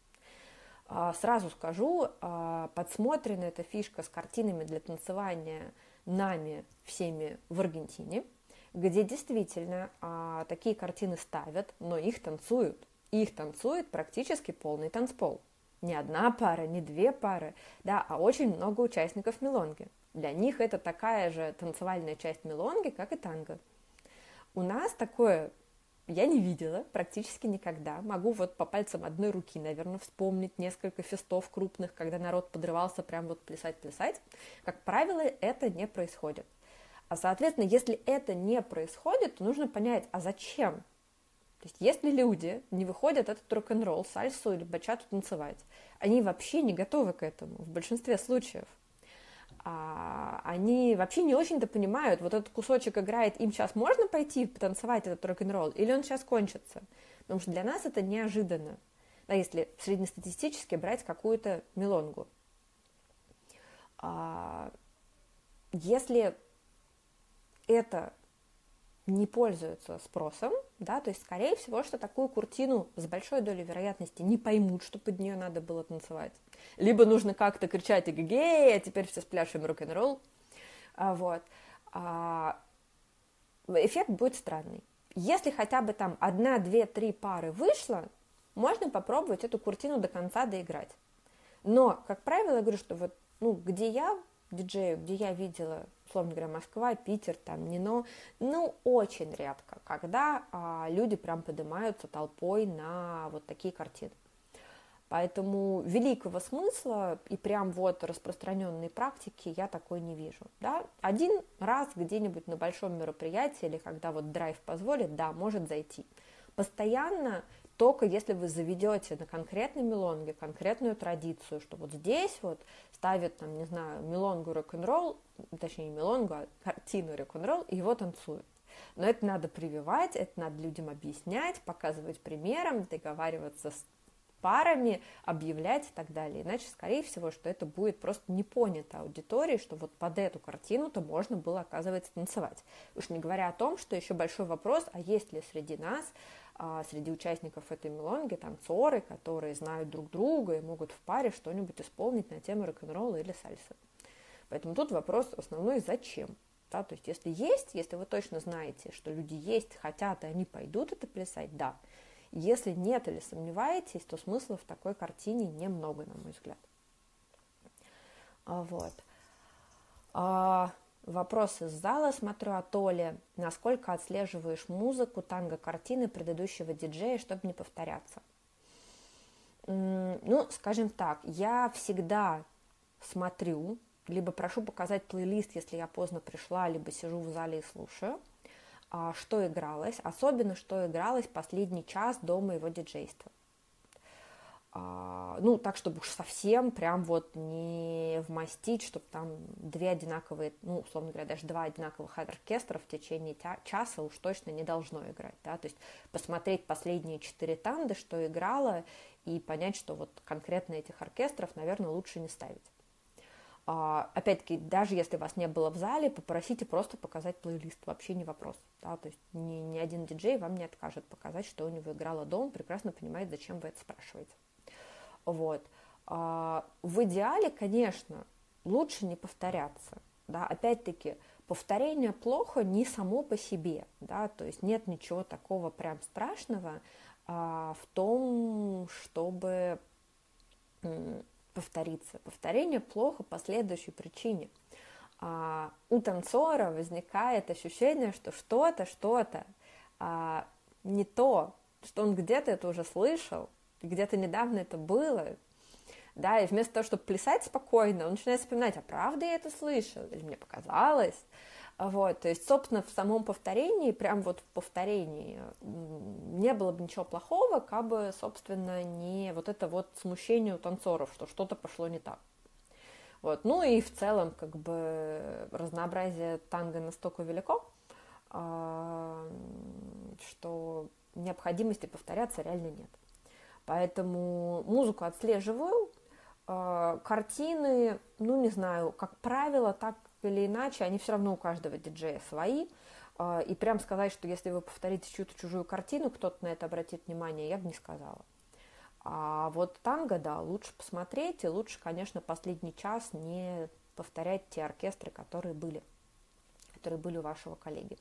Сразу скажу, подсмотрена эта фишка с картинами для танцевания нами всеми в Аргентине, где действительно такие картины ставят, но их танцуют. Их танцует практически полный танцпол. Не одна пара, не две пары, да, а очень много участников мелонги. Для них это такая же танцевальная часть мелонги, как и танго. У нас такое я не видела практически никогда. Могу вот по пальцам одной руки, наверное, вспомнить несколько фестов крупных, когда народ подрывался прям вот плясать-плясать. Как правило, это не происходит. А, соответственно, если это не происходит, то нужно понять, а зачем? То есть если люди не выходят этот рок-н-ролл, сальсу или бачату танцевать, они вообще не готовы к этому в большинстве случаев. А, они вообще не очень-то понимают, вот этот кусочек играет, им сейчас можно пойти потанцевать этот рок-н-ролл, или он сейчас кончится? Потому что для нас это неожиданно, да, если среднестатистически брать какую-то мелонгу. А, если это не пользуется спросом, да, то есть, скорее всего, что такую куртину с большой долей вероятности не поймут, что под нее надо было танцевать. Либо нужно как-то кричать «Эгегей!», а теперь все спляшем рок-н-ролл. А, вот. А, эффект будет странный. Если хотя бы там одна, две, три пары вышло, можно попробовать эту куртину до конца доиграть. Но, как правило, я говорю, что вот, ну, где я диджею, где я видела, условно говоря, Москва, Питер, там, Нино, ну, очень редко, когда а, люди прям поднимаются толпой на вот такие картины. Поэтому великого смысла и прям вот распространенной практики я такой не вижу. Да? Один раз где-нибудь на большом мероприятии или когда вот драйв позволит, да, может зайти. Постоянно только если вы заведете на конкретной мелонге конкретную традицию, что вот здесь вот ставят, там, не знаю, мелонгу рок-н-ролл, точнее не мелонгу, а картину рок-н-ролл, и его танцуют. Но это надо прививать, это надо людям объяснять, показывать примером, договариваться с парами, объявлять и так далее. Иначе, скорее всего, что это будет просто не понято аудиторией, что вот под эту картину-то можно было, оказывается, танцевать. Уж не говоря о том, что еще большой вопрос, а есть ли среди нас, среди участников этой мелонги танцоры, которые знают друг друга и могут в паре что-нибудь исполнить на тему рок-н-ролла или сальсы. Поэтому тут вопрос основной, зачем? Да, то есть если есть, если вы точно знаете, что люди есть, хотят, и они пойдут это плясать, да. Если нет или сомневаетесь, то смысла в такой картине немного, на мой взгляд. Вот. А, вопрос из зала, смотрю, от Оли. Насколько отслеживаешь музыку, танго-картины предыдущего диджея, чтобы не повторяться? Ну, скажем так, я всегда смотрю, либо прошу показать плейлист, если я поздно пришла, либо сижу в зале и слушаю, что игралось, особенно что игралось последний час до моего диджейства. Ну, так, чтобы уж совсем прям вот не вмостить, чтобы там две одинаковые, ну, условно говоря, даже два одинаковых оркестра в течение часа уж точно не должно играть, да, то есть посмотреть последние четыре танды, что играло, и понять, что вот конкретно этих оркестров, наверное, лучше не ставить. Опять-таки, даже если вас не было в зале, попросите просто показать плейлист, вообще не вопрос. Да? То есть ни, ни один диджей вам не откажет показать, что у него играло дома, прекрасно понимает, зачем вы это спрашиваете. Вот. В идеале, конечно, лучше не повторяться. Да? Опять-таки, повторение плохо не само по себе. Да? То есть нет ничего такого прям страшного а, в том, чтобы повториться. Повторение плохо по следующей причине. А, у танцора возникает ощущение, что что-то, что-то а, не то, что он где-то это уже слышал, где-то недавно это было, да, и вместо того, чтобы плясать спокойно, он начинает вспоминать, а правда я это слышал, или мне показалось. Вот, то есть, собственно, в самом повторении, прям вот в повторении не было бы ничего плохого, как бы, собственно, не вот это вот смущение у танцоров, что что-то пошло не так. Вот, ну и в целом, как бы, разнообразие танго настолько велико, что необходимости повторяться реально нет. Поэтому музыку отслеживаю, картины, ну, не знаю, как правило, так или иначе, они все равно у каждого диджея свои, и прям сказать, что если вы повторите чью-то чужую картину, кто-то на это обратит внимание, я бы не сказала. А вот танго, да, лучше посмотреть, и лучше, конечно, последний час не повторять те оркестры, которые были, которые были у вашего коллеги.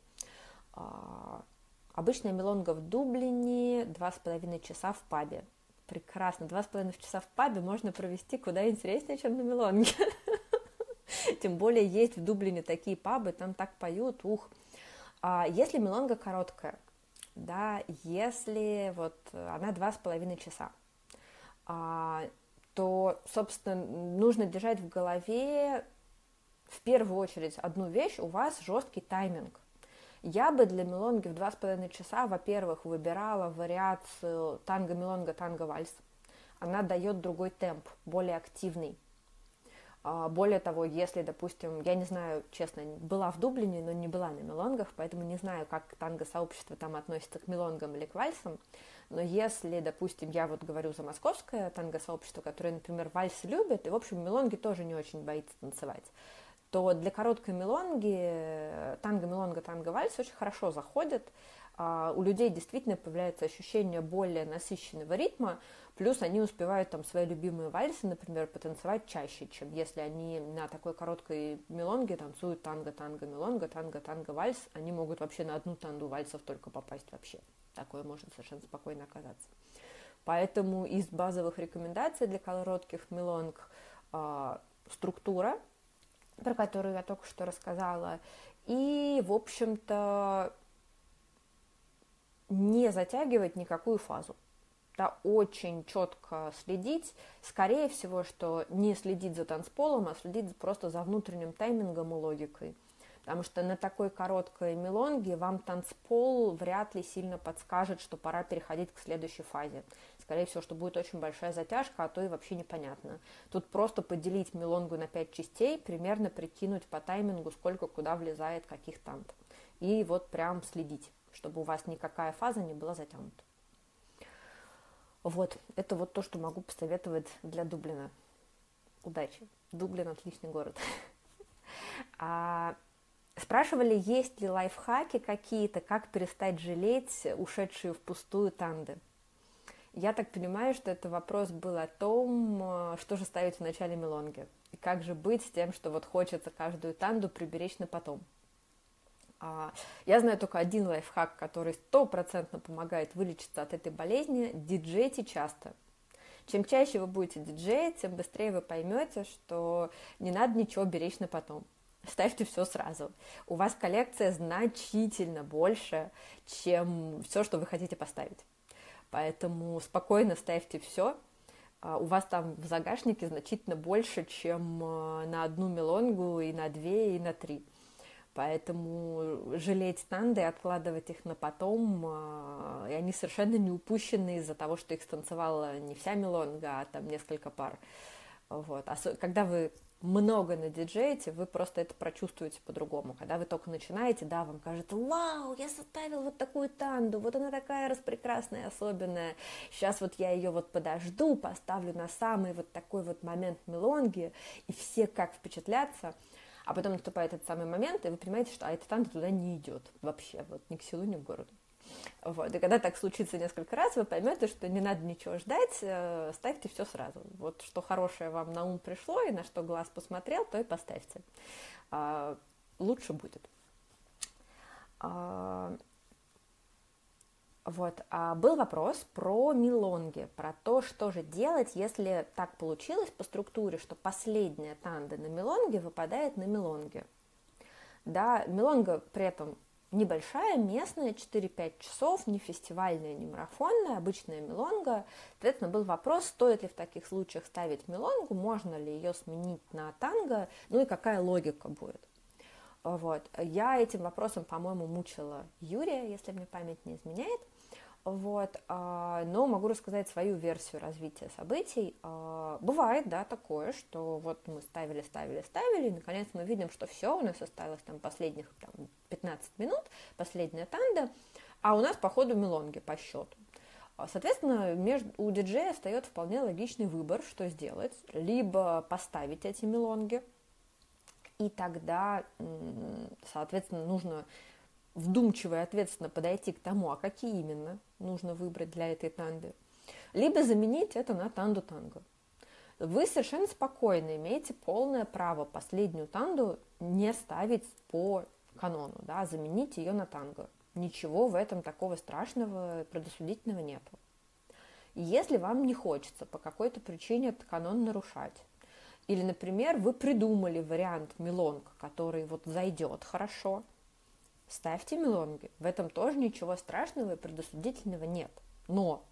Обычная мелонга в Дублине, два с половиной часа в пабе. Прекрасно, два с половиной часа в пабе можно провести куда интереснее, чем на мелонге. Тем более есть в Дублине такие пабы, там так поют, ух. А если мелонга короткая, да, если вот она два с половиной часа, а, то, собственно, нужно держать в голове в первую очередь одну вещь, у вас жесткий тайминг. Я бы для мелонги в два с половиной часа, во-первых, выбирала вариацию танго-мелонга, танго-вальс. Она дает другой темп, более активный. Более того, если, допустим, я не знаю, честно, была в Дублине, но не была на мелонгах, поэтому не знаю, как танго-сообщество там относится к мелонгам или к вальсам, но если, допустим, я вот говорю за московское танго-сообщество, которое, например, вальс любит, и, в общем, мелонги тоже не очень боится танцевать, то для короткой мелонги танго-мелонга, танго-вальс очень хорошо заходят. У людей действительно появляется ощущение более насыщенного ритма, плюс они успевают там свои любимые вальсы, например, потанцевать чаще, чем если они на такой короткой мелонге танцуют танго-танго-мелонга, танго-танго-вальс, они могут вообще на одну танду вальсов только попасть вообще. Такое может совершенно спокойно оказаться. Поэтому из базовых рекомендаций для коротких мелонг э, структура, про которую я только что рассказала, и, в общем-то, не затягивать никакую фазу. Да, очень четко следить, скорее всего, что не следить за танцполом, а следить просто за внутренним таймингом и логикой. Потому что на такой короткой мелонге вам танцпол вряд ли сильно подскажет, что пора переходить к следующей фазе. Скорее всего, что будет очень большая затяжка, а то и вообще непонятно. Тут просто поделить мелонгу на пять частей, примерно прикинуть по таймингу, сколько куда влезает каких тант. И вот прям следить, чтобы у вас никакая фаза не была затянута. Вот, это вот то, что могу посоветовать для Дублина. Удачи. Дублин – отличный город. А, спрашивали, есть ли лайфхаки какие-то, как перестать жалеть ушедшие впустую танды. Я так понимаю, что это вопрос был о том, что же ставить в начале мелонги. И как же быть с тем, что вот хочется каждую танду приберечь на потом. Я знаю только один лайфхак, который стопроцентно помогает вылечиться от этой болезни. Диджейте часто. Чем чаще вы будете диджеять, тем быстрее вы поймете, что не надо ничего беречь на потом. Ставьте все сразу. У вас коллекция значительно больше, чем все, что вы хотите поставить. Поэтому спокойно ставьте все. У вас там в загашнике значительно больше, чем на одну мелонгу, и на две, и на три. Поэтому жалеть танды и откладывать их на потом, и они совершенно не упущены из-за того, что их станцевала не вся мелонга, а там несколько пар. Вот. А когда вы много надиджеете, вы просто это прочувствуете по-другому. Когда вы только начинаете, да, вам кажется: вау, я составил вот такую танду, вот она такая распрекрасная, особенная. Сейчас вот я ее вот подожду, поставлю на самый вот такой вот момент мелонги, и все как впечатлятся. А потом наступает этот самый момент, и вы понимаете, что а эта танта туда не идет вообще, вот ни к селу, ни к городу. Вот. И когда так случится несколько раз, вы поймете, что не надо ничего ждать, э, ставьте все сразу. Вот что хорошее вам на ум пришло, и на что глаз посмотрел, то и поставьте. А, лучше будет. А, вот. А был вопрос про мелонги, про то, что же делать, если так получилось по структуре, что последняя танда на мелонге выпадает на мелонге. Да, мелонга при этом небольшая, местная, четыре-пять часов, не фестивальная, не марафонная, обычная мелонга. Соответственно, был вопрос, стоит ли в таких случаях ставить мелонгу, можно ли ее сменить на танго, ну и какая логика будет. Вот. Я этим вопросом, по-моему, мучила Юрия, если мне память не изменяет. Вот. Но могу рассказать свою версию развития событий. Бывает, да, такое, что вот мы ставили, ставили, ставили, и наконец мы видим, что все, у нас осталось там последних там, пятнадцать минут, последняя танда, а у нас по ходу мелонги по счету. Соответственно, между, у диджея остается вполне логичный выбор, что сделать. Либо поставить эти мелонги, и тогда, соответственно, нужно вдумчиво и ответственно подойти к тому, а какие именно нужно выбрать для этой танды. Либо заменить это на танду-танго. Вы совершенно спокойно имеете полное право последнюю танду не ставить по канону, да, заменить ее на танго. Ничего в этом такого страшного, предосудительного нет. Если вам не хочется по какой-то причине этот канон нарушать, или, например, вы придумали вариант мелонг, который вот зайдет хорошо, ставьте мелонги. В этом тоже ничего страшного и предосудительного нет. Но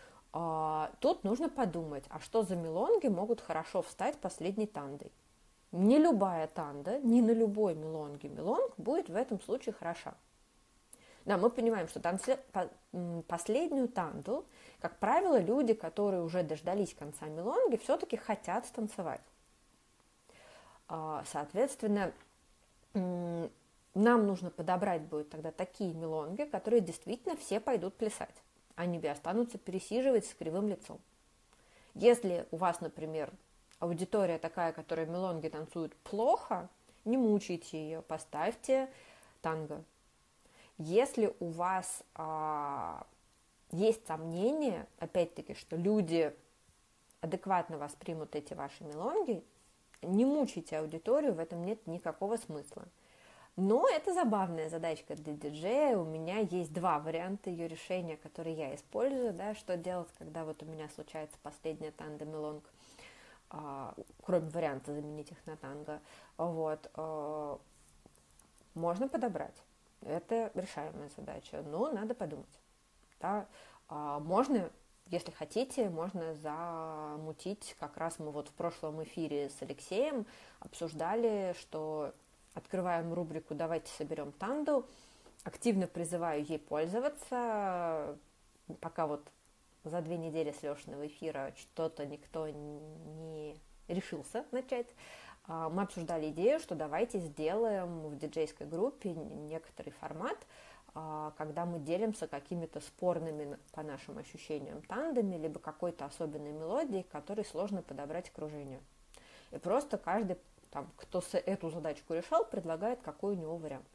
а, тут нужно подумать, а что за мелонги могут хорошо встать последней тандой. не любая танда, не на любой мелонге мелонг будет в этом случае хороша. Да, мы понимаем, что танцле... последнюю танду, как правило, люди, которые уже дождались конца мелонги, все-таки хотят станцевать. Соответственно, нам нужно подобрать будет тогда такие мелонги, которые действительно все пойдут плясать, а не останутся пересиживать с кривым лицом. Если у вас, например, аудитория такая, которая мелонги танцует плохо, не мучайте ее, поставьте танго. Если у вас а, есть сомнения, опять-таки, что люди адекватно воспримут эти ваши мелонги, не мучайте аудиторию, в этом нет никакого смысла. Но это забавная задачка для диджея. У меня есть два варианта ее решения, которые я использую. Да, что делать, когда вот у меня случается последняя танго мелонг, а, кроме варианта заменить их на танго. Вот, а, можно подобрать. Это решаемая задача, но надо подумать. Да? А, можно, если хотите, можно замутить. Как раз мы вот в прошлом эфире с Алексеем обсуждали, что открываем рубрику «Давайте соберем танду». Активно призываю ей пользоваться. Пока вот за две недели с Лешиного эфира что-то никто не решился начать. Мы обсуждали идею, что давайте сделаем в диджейской группе некоторый формат, когда мы делимся какими-то спорными, по нашим ощущениям, тандами, либо какой-то особенной мелодией, которой сложно подобрать окружению. И просто каждый, там, кто эту задачку решал, предлагает, какой у него вариант.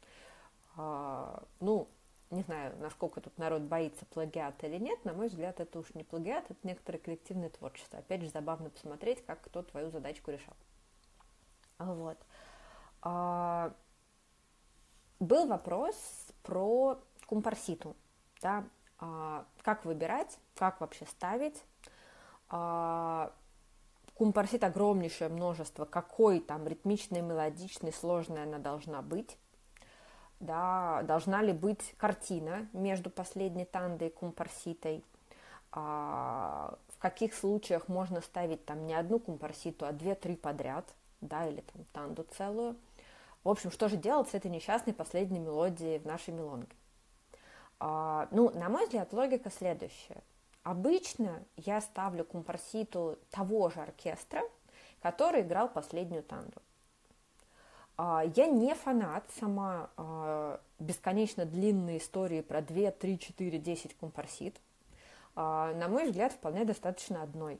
Ну, не знаю, насколько тут народ боится плагиата или нет, на мой взгляд, это уж не плагиат, это некоторое коллективное творчество. Опять же, забавно посмотреть, как кто твою задачку решал. Вот. А, был вопрос про компарситу, да, а, как выбирать, как вообще ставить. А, компарсит огромнейшее множество, какой там ритмичной, мелодичной, сложной она должна быть. Да, должна ли быть картина между последней тандой и компарситой. А, в каких случаях можно ставить там не одну компарситу, а две-три подряд. Да, или там танду целую. В общем, что же делать с этой несчастной последней мелодией в нашей мелонге? А, ну, на мой взгляд, логика следующая. Обычно я ставлю компарситу того же оркестра, который играл последнюю танду. А, я не фанат сама а, бесконечно длинной истории про два, три, четыре, десять компарсит. А, на мой взгляд, вполне достаточно одной.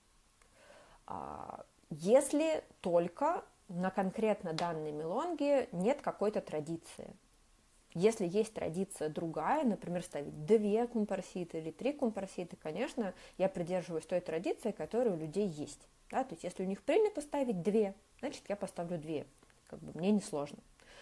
А, Если только на конкретно данной мелонге нет какой-то традиции. Если есть традиция другая, например, ставить две компарситы или три компарситы, конечно, я придерживаюсь той традиции, которая у людей есть. Да? То есть если у них принято ставить две, значит, я поставлю две. Как бы мне несложно.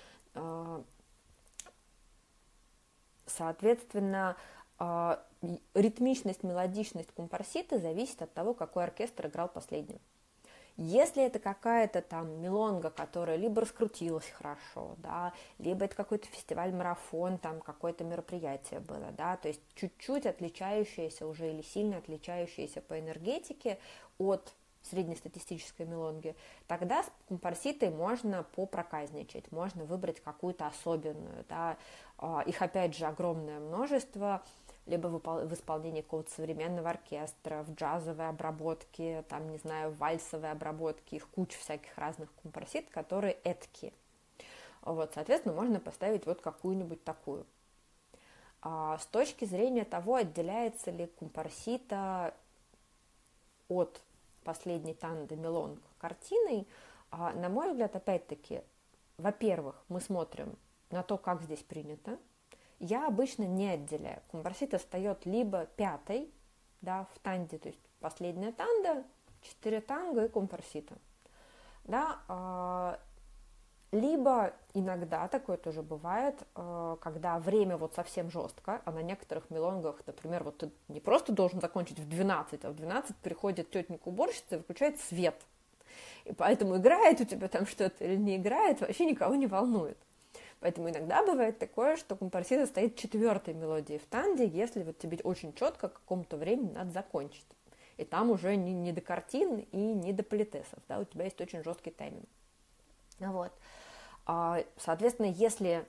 Соответственно, ритмичность, мелодичность компарситы зависит от того, какой оркестр играл последним. Если это какая-то там мелонга, которая либо раскрутилась хорошо, да, либо это какой-то фестиваль-марафон, там какое-то мероприятие было, да, то есть чуть-чуть отличающееся уже или сильно отличающееся по энергетике от среднестатистической мелонги, тогда с компарситой можно попроказничать, можно выбрать какую-то особенную, да, их опять же огромное множество, либо в исполнении какого-то современного оркестра, в джазовой обработке, там, не знаю, в вальсовой обработке, их куча всяких разных компарсит, которые эткие. Вот, соответственно, можно поставить вот какую-нибудь такую. А с точки зрения того, отделяется ли компарсита от последней танды мелонг картиной, на мой взгляд, опять-таки, во-первых, мы смотрим на то, как здесь принято. Я обычно не отделяю. Компарсита встает либо пятой, да, в танде, то есть последняя танда, четыре танго и компарсита. Да, либо иногда такое тоже бывает, когда время вот совсем жестко, а на некоторых мелонгах, например, вот ты не просто должен закончить в двенадцать, а в двенадцать приходит тетенька-уборщица и выключает свет. И поэтому играет у тебя там что-то или не играет, вообще никого не волнует. Поэтому иногда бывает такое, что компарсита стоит четвертой мелодией в танде, если вот тебе очень четко к какому-то времени надо закончить. и там уже не, не до картин и не до политесов, да, у тебя есть очень жесткий тайминг. Вот. Соответственно, если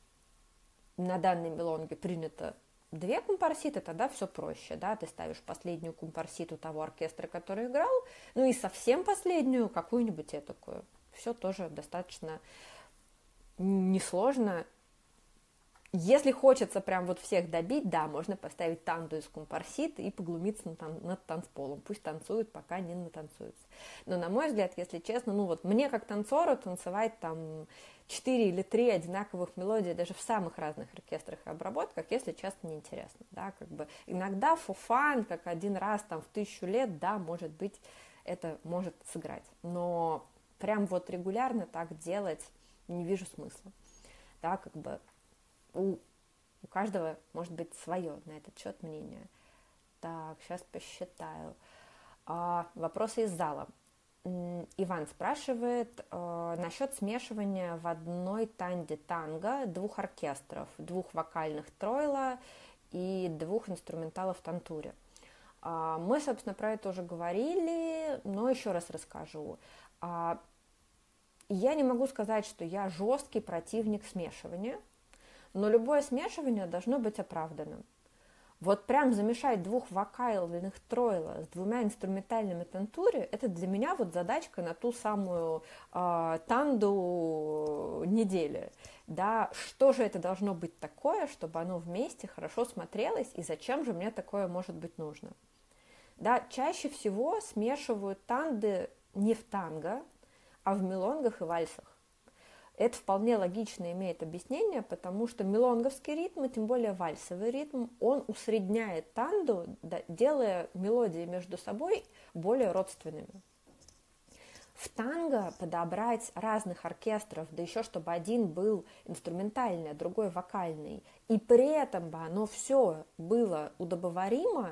на данной мелонге принято две компарситы, тогда все проще, да, ты ставишь последнюю компарситу того оркестра, который играл, ну и совсем последнюю, какую-нибудь этакую. Все тоже достаточно несложно. Если хочется прям вот всех добить, да, можно поставить танду из компарситы и поглумиться над, над танцполом. Пусть танцуют, пока не натанцуются. Но, на мой взгляд, если честно, ну вот мне как танцору танцевать там четыре или три одинаковых мелодии даже в самых разных оркестрах и обработках, если честно, неинтересно. Да, как бы иногда for fun, как один раз там в тысячу лет, да, может быть, это может сыграть. Но прям вот регулярно так делать не вижу смысла. Да, как бы У, у каждого может быть свое на этот счет мнение. Так, сейчас посчитаю. А, вопросы из зала. Иван спрашивает а, насчет смешивания в одной танде танго двух оркестров, двух вокальных тройла и двух инструменталов в тантуре. А, мы, собственно, про это уже говорили, но еще раз расскажу. А, я не могу сказать, что я жесткий противник смешивания, но любое смешивание должно быть оправданным. Вот прям замешать двух вокальных тройла с двумя инструментальными тантуре, это для меня вот задачка на ту самую э, танду недели. Да, что же это должно быть такое, чтобы оно вместе хорошо смотрелось, и зачем же мне такое может быть нужно? Да, чаще всего смешивают танды не в танго, а в мелонгах и вальсах. Это вполне логично имеет объяснение, потому что мелонговский ритм, и тем более вальсовый ритм, он усредняет танду, делая мелодии между собой более родственными. В танго подобрать разных оркестров, да еще чтобы один был инструментальный, а другой вокальный, и при этом бы оно все было удобоваримо,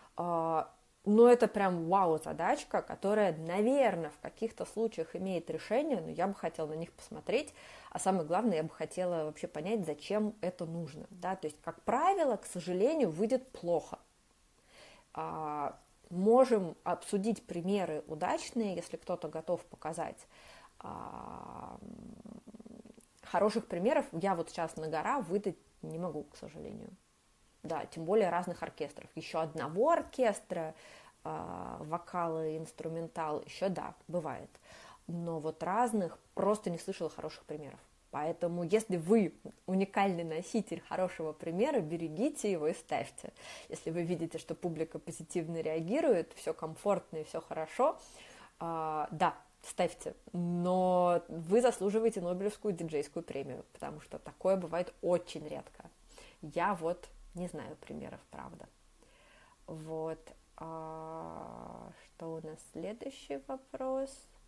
но это прям вау-задачка, которая, наверное, в каких-то случаях имеет решение, но я бы хотела на них посмотреть, а самое главное, я бы хотела вообще понять, зачем это нужно. Да? То есть, как правило, к сожалению, выйдет плохо. А, можем обсудить примеры удачные, если кто-то готов показать. А, хороших примеров я вот сейчас на гора выдать не могу, к сожалению. Да, тем более разных оркестров. Еще одного оркестра, э, вокал и инструментал, еще да, бывает. Но вот разных просто не слышала хороших примеров. Поэтому, если вы уникальный носитель хорошего примера, берегите его и ставьте. Если вы видите, что публика позитивно реагирует, все комфортно и все хорошо, э, да, ставьте. Но вы заслуживаете Нобелевскую диджейскую премию, потому что такое бывает очень редко. Я вот не знаю примеров, правда. Вот. А, что у нас следующий вопрос?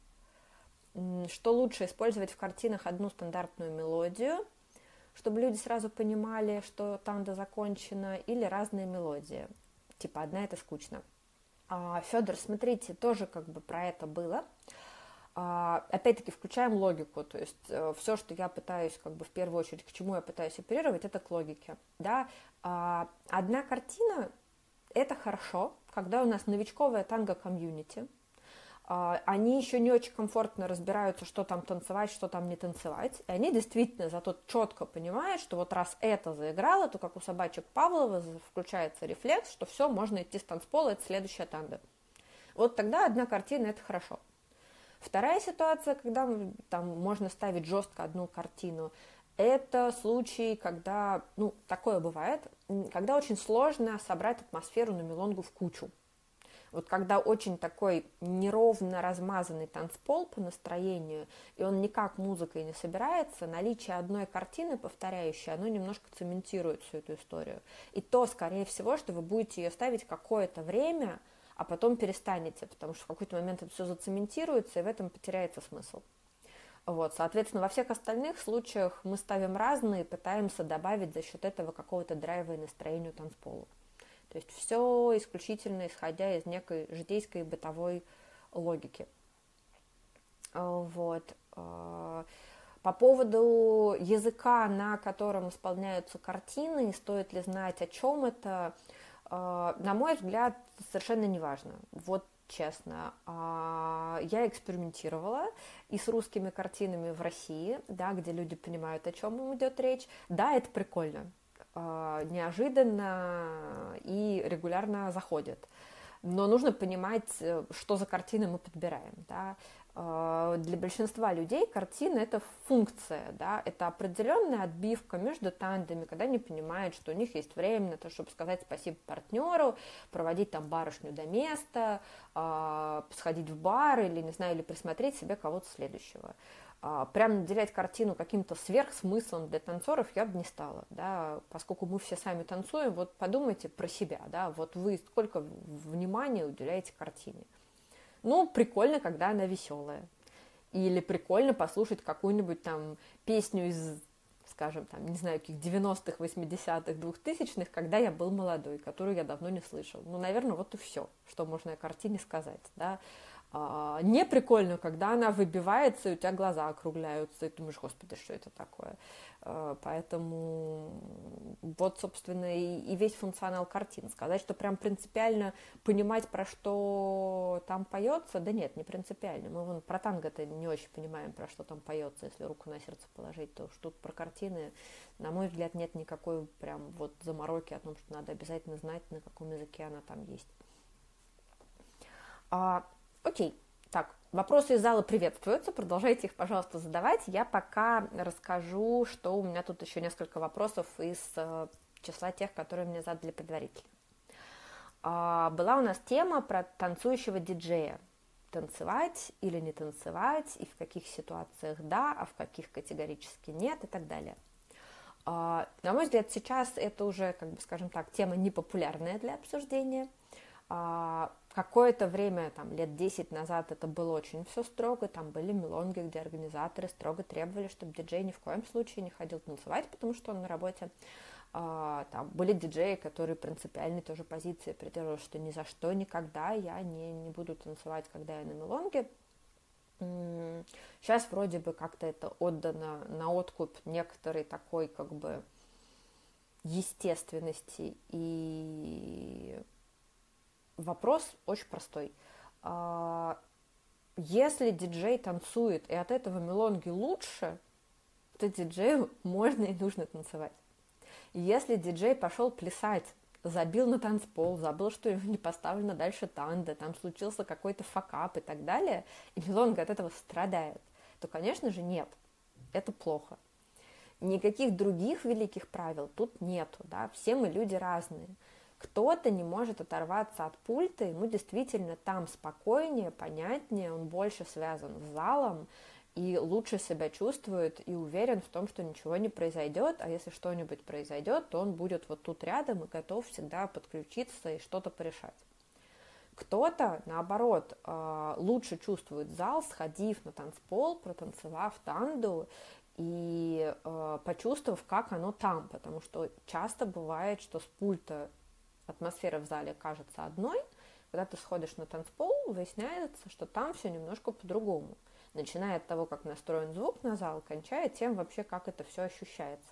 Что лучше, использовать в картинах одну стандартную мелодию, чтобы люди сразу понимали, что танда закончена, или разные мелодии? Типа одна это скучно. А, Федор, смотрите, тоже как бы про это было. Опять-таки включаем логику, то есть э, все, что я пытаюсь, как бы в первую очередь, к чему я пытаюсь оперировать, это к логике. Да? А, одна картина – это хорошо, когда у нас новичковая танго-комьюнити, а, они еще не очень комфортно разбираются, что там танцевать, что там не танцевать, и они действительно зато четко понимают, что вот раз это заиграло, то как у собачек Павлова включается рефлекс, что все, можно идти с танцпола, это следующая танго. Вот тогда одна картина – это хорошо. Вторая ситуация, когда там можно ставить жестко одну картину, это случай, когда, ну, такое бывает, когда очень сложно собрать атмосферу на мелонгу в кучу. Вот когда очень такой неровно размазанный танцпол по настроению, и он никак музыкой не собирается, наличие одной картины повторяющей, оно немножко цементирует всю эту историю. И то, скорее всего, что вы будете ее ставить какое-то время, а потом перестанете, потому что в какой-то момент это все зацементируется, и в этом потеряется смысл. Вот, соответственно, во всех остальных случаях мы ставим разные, пытаемся добавить за счет этого какого-то драйва и настроения танцполу. То есть все исключительно исходя из некой житейской бытовой логики. Вот. По поводу языка, на котором исполняются картины, стоит ли знать, о чем это, На мой взгляд, совершенно неважно. Вот честно, я экспериментировала и с русскими картинами в России, да, где люди понимают, о чем идет речь. Да, это прикольно, неожиданно и регулярно заходит. Но нужно понимать, что за картины мы подбираем, да. Для большинства людей картина – это функция, да, это определенная отбивка между тандами, когда они понимают, что у них есть время на то, чтобы сказать спасибо партнеру, проводить там барышню до места, сходить в бар или, не знаю, или присмотреть себе кого-то следующего. Прям наделять картину каким-то сверхсмыслом для танцоров я бы не стала, да, поскольку мы все сами танцуем, вот подумайте про себя, да, вот вы сколько внимания уделяете картине. Ну, прикольно, когда она веселая. Или прикольно послушать какую-нибудь там песню из, скажем, там, не знаю, каких девяностых, восьмидесятых, двухтысячных, когда я был молодой, которую я давно не слышал. Ну, наверное, вот и все, что можно о картине сказать, да. А, не прикольно, когда она выбивается, и у тебя глаза округляются, и ты думаешь, господи, что это такое? А, поэтому вот, собственно, и, и весь функционал картин. Сказать, что прям принципиально понимать, про что там поется, да нет, не принципиально. Мы вон про танго-то не очень понимаем, про что там поется, если руку на сердце положить, то что тут про картины, на мой взгляд, нет никакой прям вот замороки о том, что надо обязательно знать, на каком языке она там есть. А, Окей, так, вопросы из зала приветствуются, продолжайте их, пожалуйста, задавать. Я пока расскажу, что у меня тут еще несколько вопросов из э, числа тех, которые мне задали предварительно. А, была у нас тема про танцующего диджея. Танцевать или не танцевать, и в каких ситуациях да, а в каких категорически нет, и так далее. А, на мой взгляд, сейчас это уже, как бы, скажем так, тема непопулярная для обсуждения. А, какое-то время, там, лет десять назад это было очень все строго, там были мелонги, где организаторы строго требовали, чтобы диджей ни в коем случае не ходил танцевать, потому что он на работе. А, там были диджеи, которые принципиальной тоже позиции придерживались, что ни за что, никогда я не, не буду танцевать, когда я на мелонге. Сейчас вроде бы как-то это отдано на откуп некоторой такой, как бы, естественности, и вопрос очень простой. Если диджей танцует, и от этого мелонги лучше, то диджею можно и нужно танцевать. Если диджей пошел плясать, забил на танцпол, забыл, что его не поставлено дальше танго, там случился какой-то факап и так далее, и мелонга от этого страдает, то, конечно же, нет, это плохо. Никаких других великих правил тут нету, да, все мы люди разные. Кто-то не может оторваться от пульта, ему действительно там спокойнее, понятнее, он больше связан с залом и лучше себя чувствует и уверен в том, что ничего не произойдет, а если что-нибудь произойдет, то он будет вот тут рядом и готов всегда подключиться и что-то порешать. Кто-то, наоборот, лучше чувствует зал, сходив на танцпол, протанцевав танду и почувствовав, как оно там, потому что часто бывает, что с пульта атмосфера в зале кажется одной, когда ты сходишь на танцпол, выясняется, что там все немножко по-другому. Начиная от того, как настроен звук на зал, кончая тем вообще, как это все ощущается.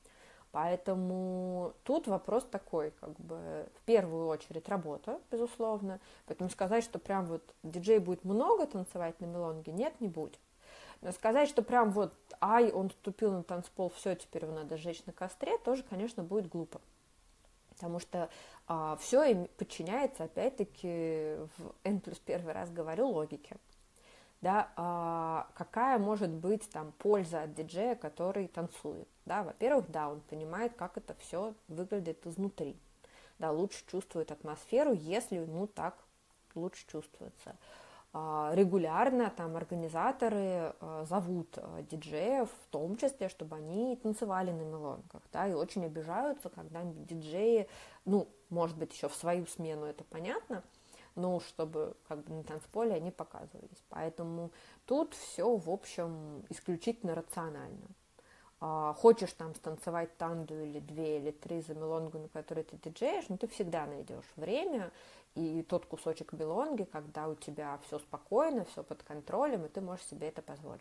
Поэтому тут вопрос такой, как бы, в первую очередь работа, безусловно. Поэтому сказать, что прям вот диджей будет много танцевать на мелонге, нет, не будет. Но сказать, что прям вот, ай, он вступил на танцпол, все, теперь его надо сжечь на костре, тоже, конечно, будет глупо. Потому что а, все подчиняется, опять-таки, в N плюс первый раз говорю, логике. Да, а, какая может быть там польза от диджея, который танцует? Да, во-первых, да, он понимает, как это все выглядит изнутри. Да, лучше чувствует атмосферу, если ему так лучше чувствуется. А, регулярно там организаторы а, зовут а, диджеев, в том числе, чтобы они танцевали на мелонках, да, и очень обижаются, когда диджеи, ну, может быть, еще в свою смену, это понятно, но чтобы как бы на танцполе они показывались. Поэтому тут все, в общем, исключительно рационально. А, хочешь там станцевать танду или две, или три за мелонгу, на которой ты диджеешь, ну ты всегда найдешь время и тот кусочек мелонги, когда у тебя все спокойно, все под контролем, и ты можешь себе это позволить.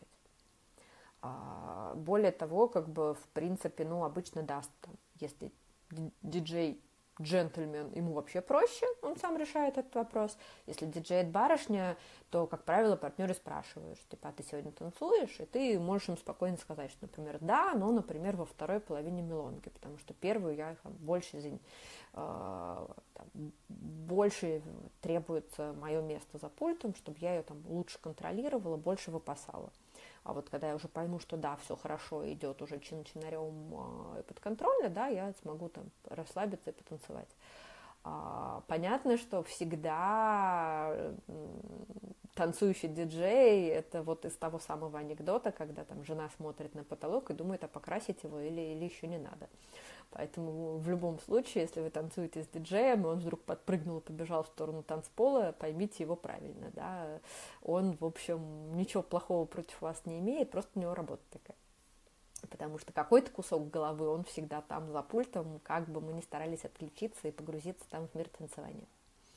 А, более того, как бы, в принципе, ну, обычно даст, там, если диджей джентльмен, ему вообще проще, он сам решает этот вопрос. Если диджеет барышня, то, как правило, партнеры спрашивают, типа, а ты сегодня танцуешь? И ты можешь им спокойно сказать, что, например, да, но, например, во второй половине мелонги, потому что первую я там, больше, э, там, больше требуется мое место за пультом, чтобы я ее там лучше контролировала, больше выпасала. А вот когда я уже пойму, что да, все хорошо, идет уже чин-чинарем э, под контролем, да, я смогу там расслабиться и потанцевать. А, понятно, что всегда э, танцующий диджей — это вот из того самого анекдота, когда там жена смотрит на потолок и думает, а покрасить его или, или еще не надо. Поэтому в любом случае, если вы танцуете с диджеем, и он вдруг подпрыгнул и побежал в сторону танцпола, поймите его правильно, да. Он, в общем, ничего плохого против вас не имеет, просто у него работа такая. Потому что какой-то кусок головы, он всегда там за пультом, как бы мы ни старались отключиться и погрузиться там в мир танцевания.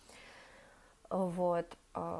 Вот.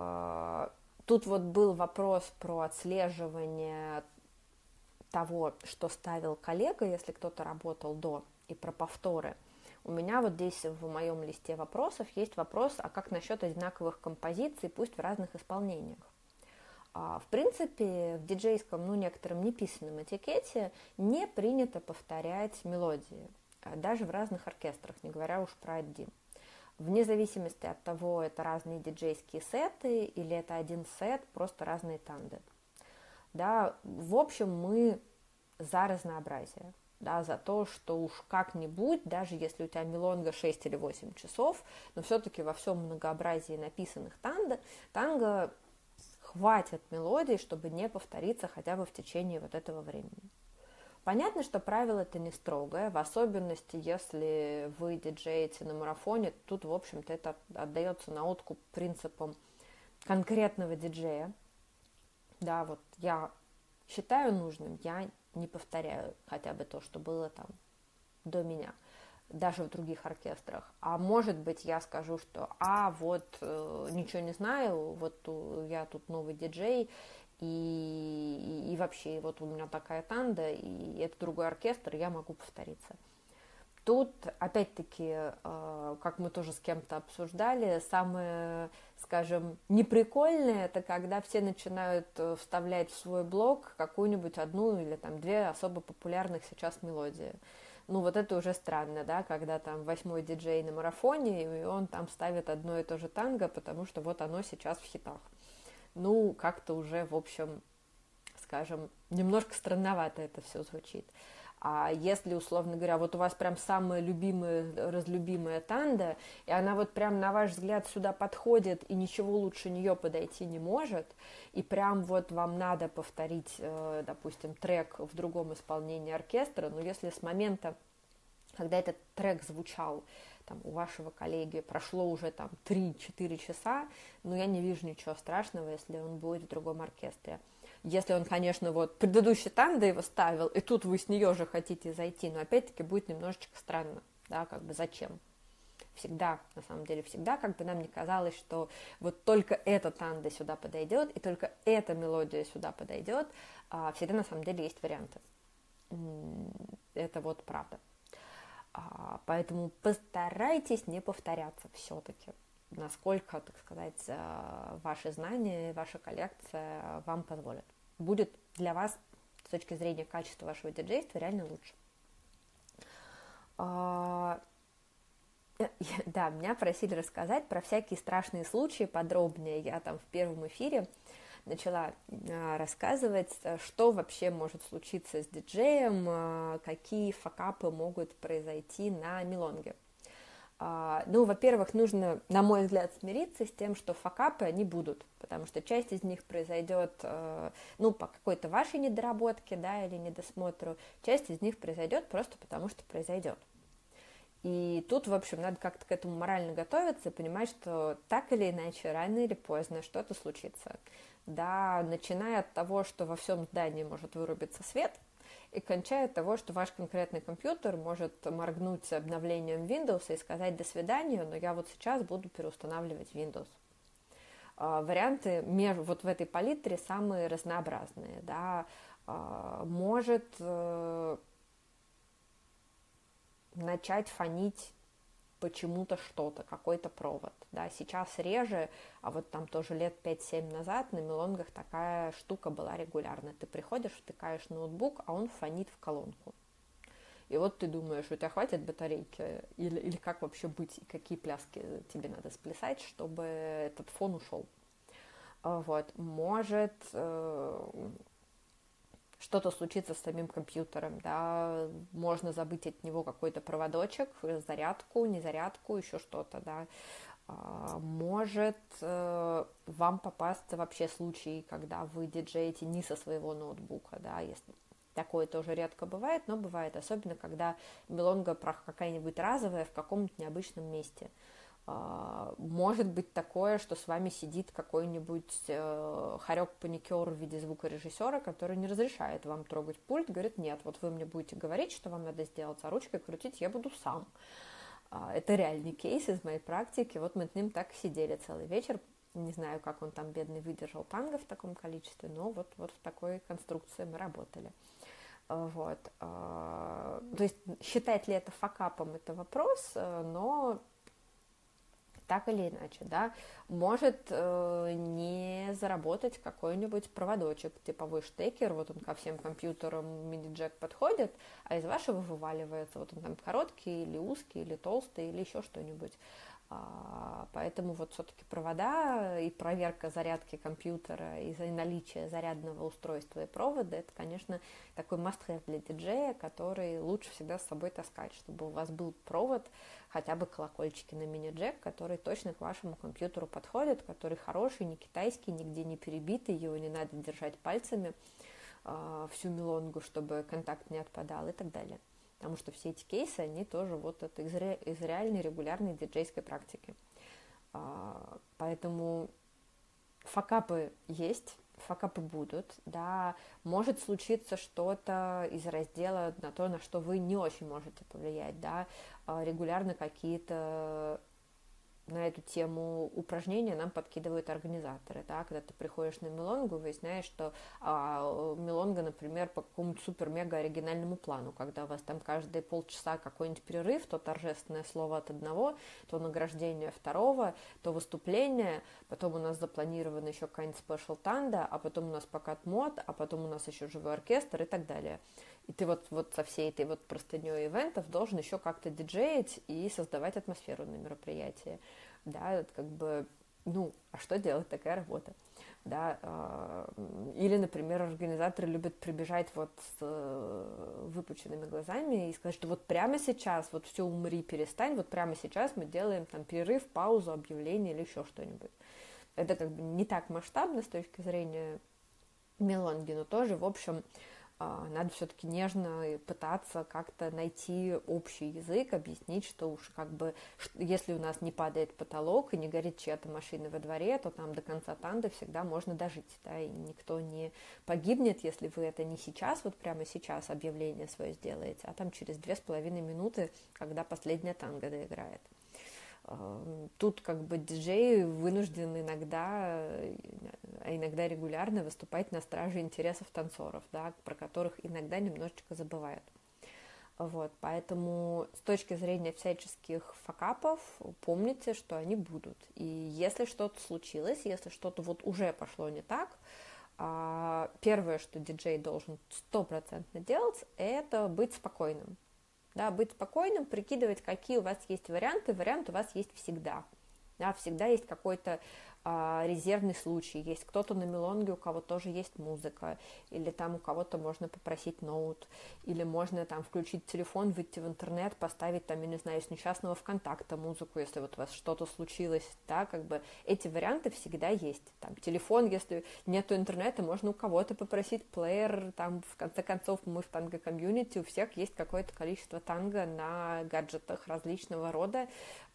Тут вот был вопрос про отслеживание того, что ставил коллега, если кто-то работал до, и про повторы. У меня вот здесь в моем листе вопросов есть вопрос, а как насчет одинаковых композиций, пусть в разных исполнениях? В принципе, в диджейском, ну, некотором неписанном этикете не принято повторять мелодии, даже в разных оркестрах, не говоря уж про один. Вне зависимости от того, это разные диджейские сеты или это один сет, просто разные танды. Да, в общем, мы за разнообразие, да, за то, что уж как-нибудь, даже если у тебя мелонга шесть или восемь часов, но все-таки во всем многообразии написанных танго, танго хватит мелодий, чтобы не повториться хотя бы в течение вот этого времени. Понятно, что правило это не строгое, в особенности, если вы диджеете на марафоне, тут, в общем-то, это отдается на откуп принципам конкретного диджея. Да, вот я считаю нужным, я не повторяю хотя бы то, что было там до меня, даже в других оркестрах. А может быть, я скажу, что а вот э, ничего не знаю, вот э, я тут новый диджей, и, и, и вообще вот у меня такая танда, и это другой оркестр, я могу повториться. Тут, опять-таки, э, как мы тоже с кем-то обсуждали, самое, скажем, неприкольное, это когда все начинают вставлять в свой блог какую-нибудь одну или там две особо популярных сейчас мелодии. Ну, вот это уже странно, да, когда там восьмой диджей на марафоне, и он там ставит одно и то же танго, потому что вот оно сейчас в хитах. Ну, как-то уже, в общем, скажем, немножко странновато это все звучит. А если, условно говоря, вот у вас прям самая любимая, разлюбимая танда, и она вот прям, на ваш взгляд, сюда подходит, и ничего лучше нее подойти не может, и прям вот вам надо повторить, допустим, трек в другом исполнении оркестра, но если с момента, когда этот трек звучал там, у вашего коллеги, прошло уже там три-четыре часа, ну, я не вижу ничего страшного, если он будет в другом оркестре. Если он, конечно, вот предыдущий танда его ставил, и тут вы с нее же хотите зайти, но опять-таки будет немножечко странно, да, как бы зачем? Всегда, на самом деле, всегда, как бы нам не казалось, что вот только эта танда сюда подойдет, и только эта мелодия сюда подойдет, а всегда, на самом деле, есть варианты. Это вот правда. А, поэтому постарайтесь не повторяться все-таки, насколько, так сказать, ваши знания, ваша коллекция вам позволят. Будет для вас с точки зрения качества вашего диджейства реально лучше. Да, меня просили рассказать про всякие страшные случаи подробнее. Я там в первом эфире начала рассказывать, что вообще может случиться с диджеем, какие факапы могут произойти на мелонге. Ну, во-первых, нужно, на мой взгляд, смириться с тем, что факапы, они будут, потому что часть из них произойдет, ну, по какой-то вашей недоработке, да, или недосмотру, часть из них произойдет просто потому, что произойдет. И тут, в общем, надо как-то к этому морально готовиться и понимать, что так или иначе, рано или поздно что-то случится. Да, начиная от того, что во всем здании может вырубиться свет, и кончая от того, что ваш конкретный компьютер может моргнуть обновлением Windows и сказать «до свидания», но я вот сейчас буду переустанавливать Windows. Варианты вот в этой палитре самые разнообразные. Да. Может начать фонить почему-то что-то, какой-то провод, да, сейчас реже, а вот там тоже лет пять-семь назад на мелонгах такая штука была регулярно. Ты приходишь, втыкаешь ноутбук, а он фонит в колонку. И вот ты думаешь, у тебя хватит батарейки, или, или как вообще быть, и какие пляски тебе надо сплясать, чтобы этот фон ушел. Вот, может что-то случится с самим компьютером, да, можно забыть от него какой-то проводочек, зарядку, не зарядку, еще что-то, да. Может вам попасться вообще случай, когда вы диджеете не со своего ноутбука, да, если такое тоже редко бывает, но бывает, особенно когда мелонга какая-нибудь разовая в каком-то необычном месте. Может быть такое, что с вами сидит какой-нибудь э, хорек-паникер в виде звукорежиссера, который не разрешает вам трогать пульт, говорит, нет, вот вы мне будете говорить, что вам надо сделать, а ручкой крутить я буду сам. Это реальный кейс из моей практики, вот мы с ним так сидели целый вечер, не знаю, как он там, бедный, выдержал танго в таком количестве, но вот, вот в такой конструкции мы работали. Вот. То есть считать ли это факапом, это вопрос, но... Так или иначе, да, может э, не заработать какой-нибудь проводочек, типовой штекер, вот он ко всем компьютерам мини-джек подходит, а из вашего вываливается, вот он там короткий или узкий, или толстый, или еще что-нибудь. А, поэтому вот все-таки провода и проверка зарядки компьютера и наличие зарядного устройства и провода, это, конечно, такой must-have для диджея, который лучше всегда с собой таскать, чтобы у вас был провод, хотя бы колокольчики на мини-джек, который точно к вашему компьютеру подходит, который хороший, не китайский, нигде не перебитый, его не надо держать пальцами э, всю мелонгу, чтобы контакт не отпадал и так далее. Потому что все эти кейсы, они тоже вот это из, ре, из реальной регулярной диджейской практики. Э, поэтому факапы есть, факапы будут, да, может случиться что-то из раздела на то, на что вы не очень можете повлиять, да, регулярно какие-то на эту тему упражнения нам подкидывают организаторы, да, когда ты приходишь на мелонгу, выясняешь, что а, мелонга, например, по какому-то супер-мега оригинальному плану, когда у вас там каждые полчаса какой-нибудь перерыв, то торжественное слово от одного, то награждение второго, то выступление, потом у нас запланирована еще какая-нибудь спешл танда, а потом у нас покат мод, а потом у нас еще живой оркестр и так далее. И ты вот, вот со всей этой вот простыней ивентов должен еще как-то диджеить и создавать атмосферу на мероприятии. Да, как бы, ну, а что делать, такая работа. Да, или, например, организаторы любят прибежать вот с выпученными глазами и сказать, что вот прямо сейчас, вот все, умри, перестань, вот прямо сейчас мы делаем там перерыв, паузу, объявление или еще что-нибудь. Это как бы не так масштабно с точки зрения мелонги, но тоже, в общем, надо все-таки нежно пытаться как-то найти общий язык, объяснить, что уж как бы, если у нас не падает потолок и не горит чья-то машина во дворе, то там до конца танды всегда можно дожить, да, и никто не погибнет, если вы это не сейчас, вот прямо сейчас объявление свое сделаете, а там через две с половиной минуты, когда последняя танго доиграет. Тут как бы диджеи вынуждены иногда, а иногда регулярно выступать на страже интересов танцоров, да, про которых иногда немножечко забывают. Вот, поэтому с точки зрения всяческих факапов помните, что они будут. И если что-то случилось, если что-то вот уже пошло не так, первое, что диджей должен стопроцентно делать, это быть спокойным. Да, быть спокойным, прикидывать, какие у вас есть варианты. Вариант у вас есть всегда. Да, всегда есть какой-то а, резервный случай. Есть кто-то на мелонге, у кого тоже есть музыка. Или там у кого-то можно попросить ноут. Или можно там включить телефон, выйти в интернет, поставить там, я не знаю, с несчастного ВКонтакта музыку, если вот у вас что-то случилось. Да, как бы эти варианты всегда есть. Там телефон, если нету интернета, можно у кого-то попросить плеер. Там, в конце концов, мы в танго-комьюнити, у всех есть какое-то количество танго на гаджетах различного рода.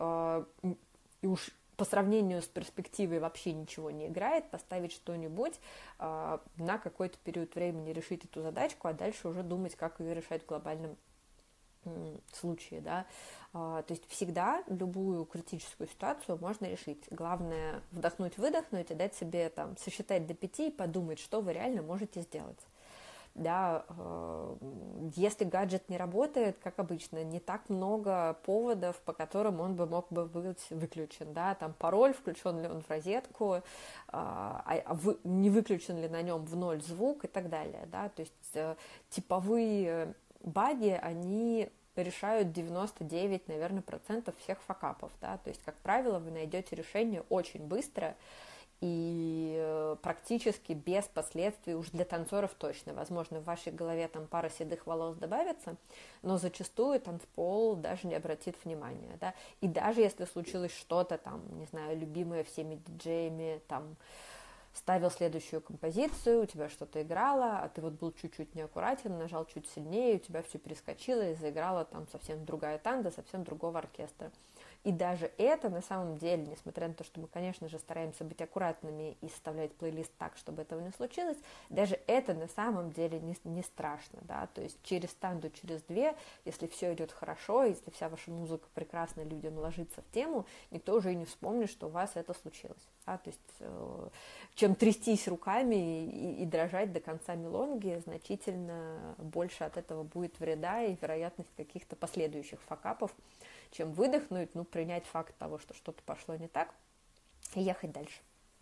И уж по сравнению с перспективой вообще ничего не играет, поставить что-нибудь э, на какой-то период времени, решить эту задачку, а дальше уже думать, как ее решать в глобальном э, случае. Да? Э, то есть всегда любую критическую ситуацию можно решить. Главное вдохнуть, выдохнуть и дать себе там, сосчитать до пяти и подумать, что вы реально можете сделать. да, э, если гаджет не работает, как обычно, не так много поводов, по которым он бы мог бы быть выключен, да, там пароль, включен ли он в розетку, э, а, а вы, не выключен ли на нем в ноль звук и так далее, да, то есть э, типовые баги, они решают девяносто девять, наверное, процентов всех факапов, да, то есть, как правило, вы найдете решение очень быстро и практически без последствий, уж для танцоров точно. Возможно, в вашей голове там пара седых волос добавится, но зачастую танцпол даже не обратит внимания, да, и даже если случилось что-то там, не знаю, любимое всеми диджеями, там, ставил следующую композицию, у тебя что-то играло, а ты вот был чуть-чуть неаккуратен, нажал чуть сильнее, у тебя все перескочило и заиграла там совсем другая танго, совсем другого оркестра. И даже это на самом деле, несмотря на то, что мы, конечно же, стараемся быть аккуратными и составлять плейлист так, чтобы этого не случилось, даже это на самом деле не, не страшно, да, то есть через танду, через две, если все идет хорошо, если вся ваша музыка прекрасно людям ложится в тему, никто уже и не вспомнит, что у вас это случилось, да, то есть э, чем трястись руками и, и дрожать до конца мелонги, значительно больше от этого будет вреда и вероятность каких-то последующих факапов, чем выдохнуть, ну, принять факт того, что что-то пошло не так, и ехать дальше.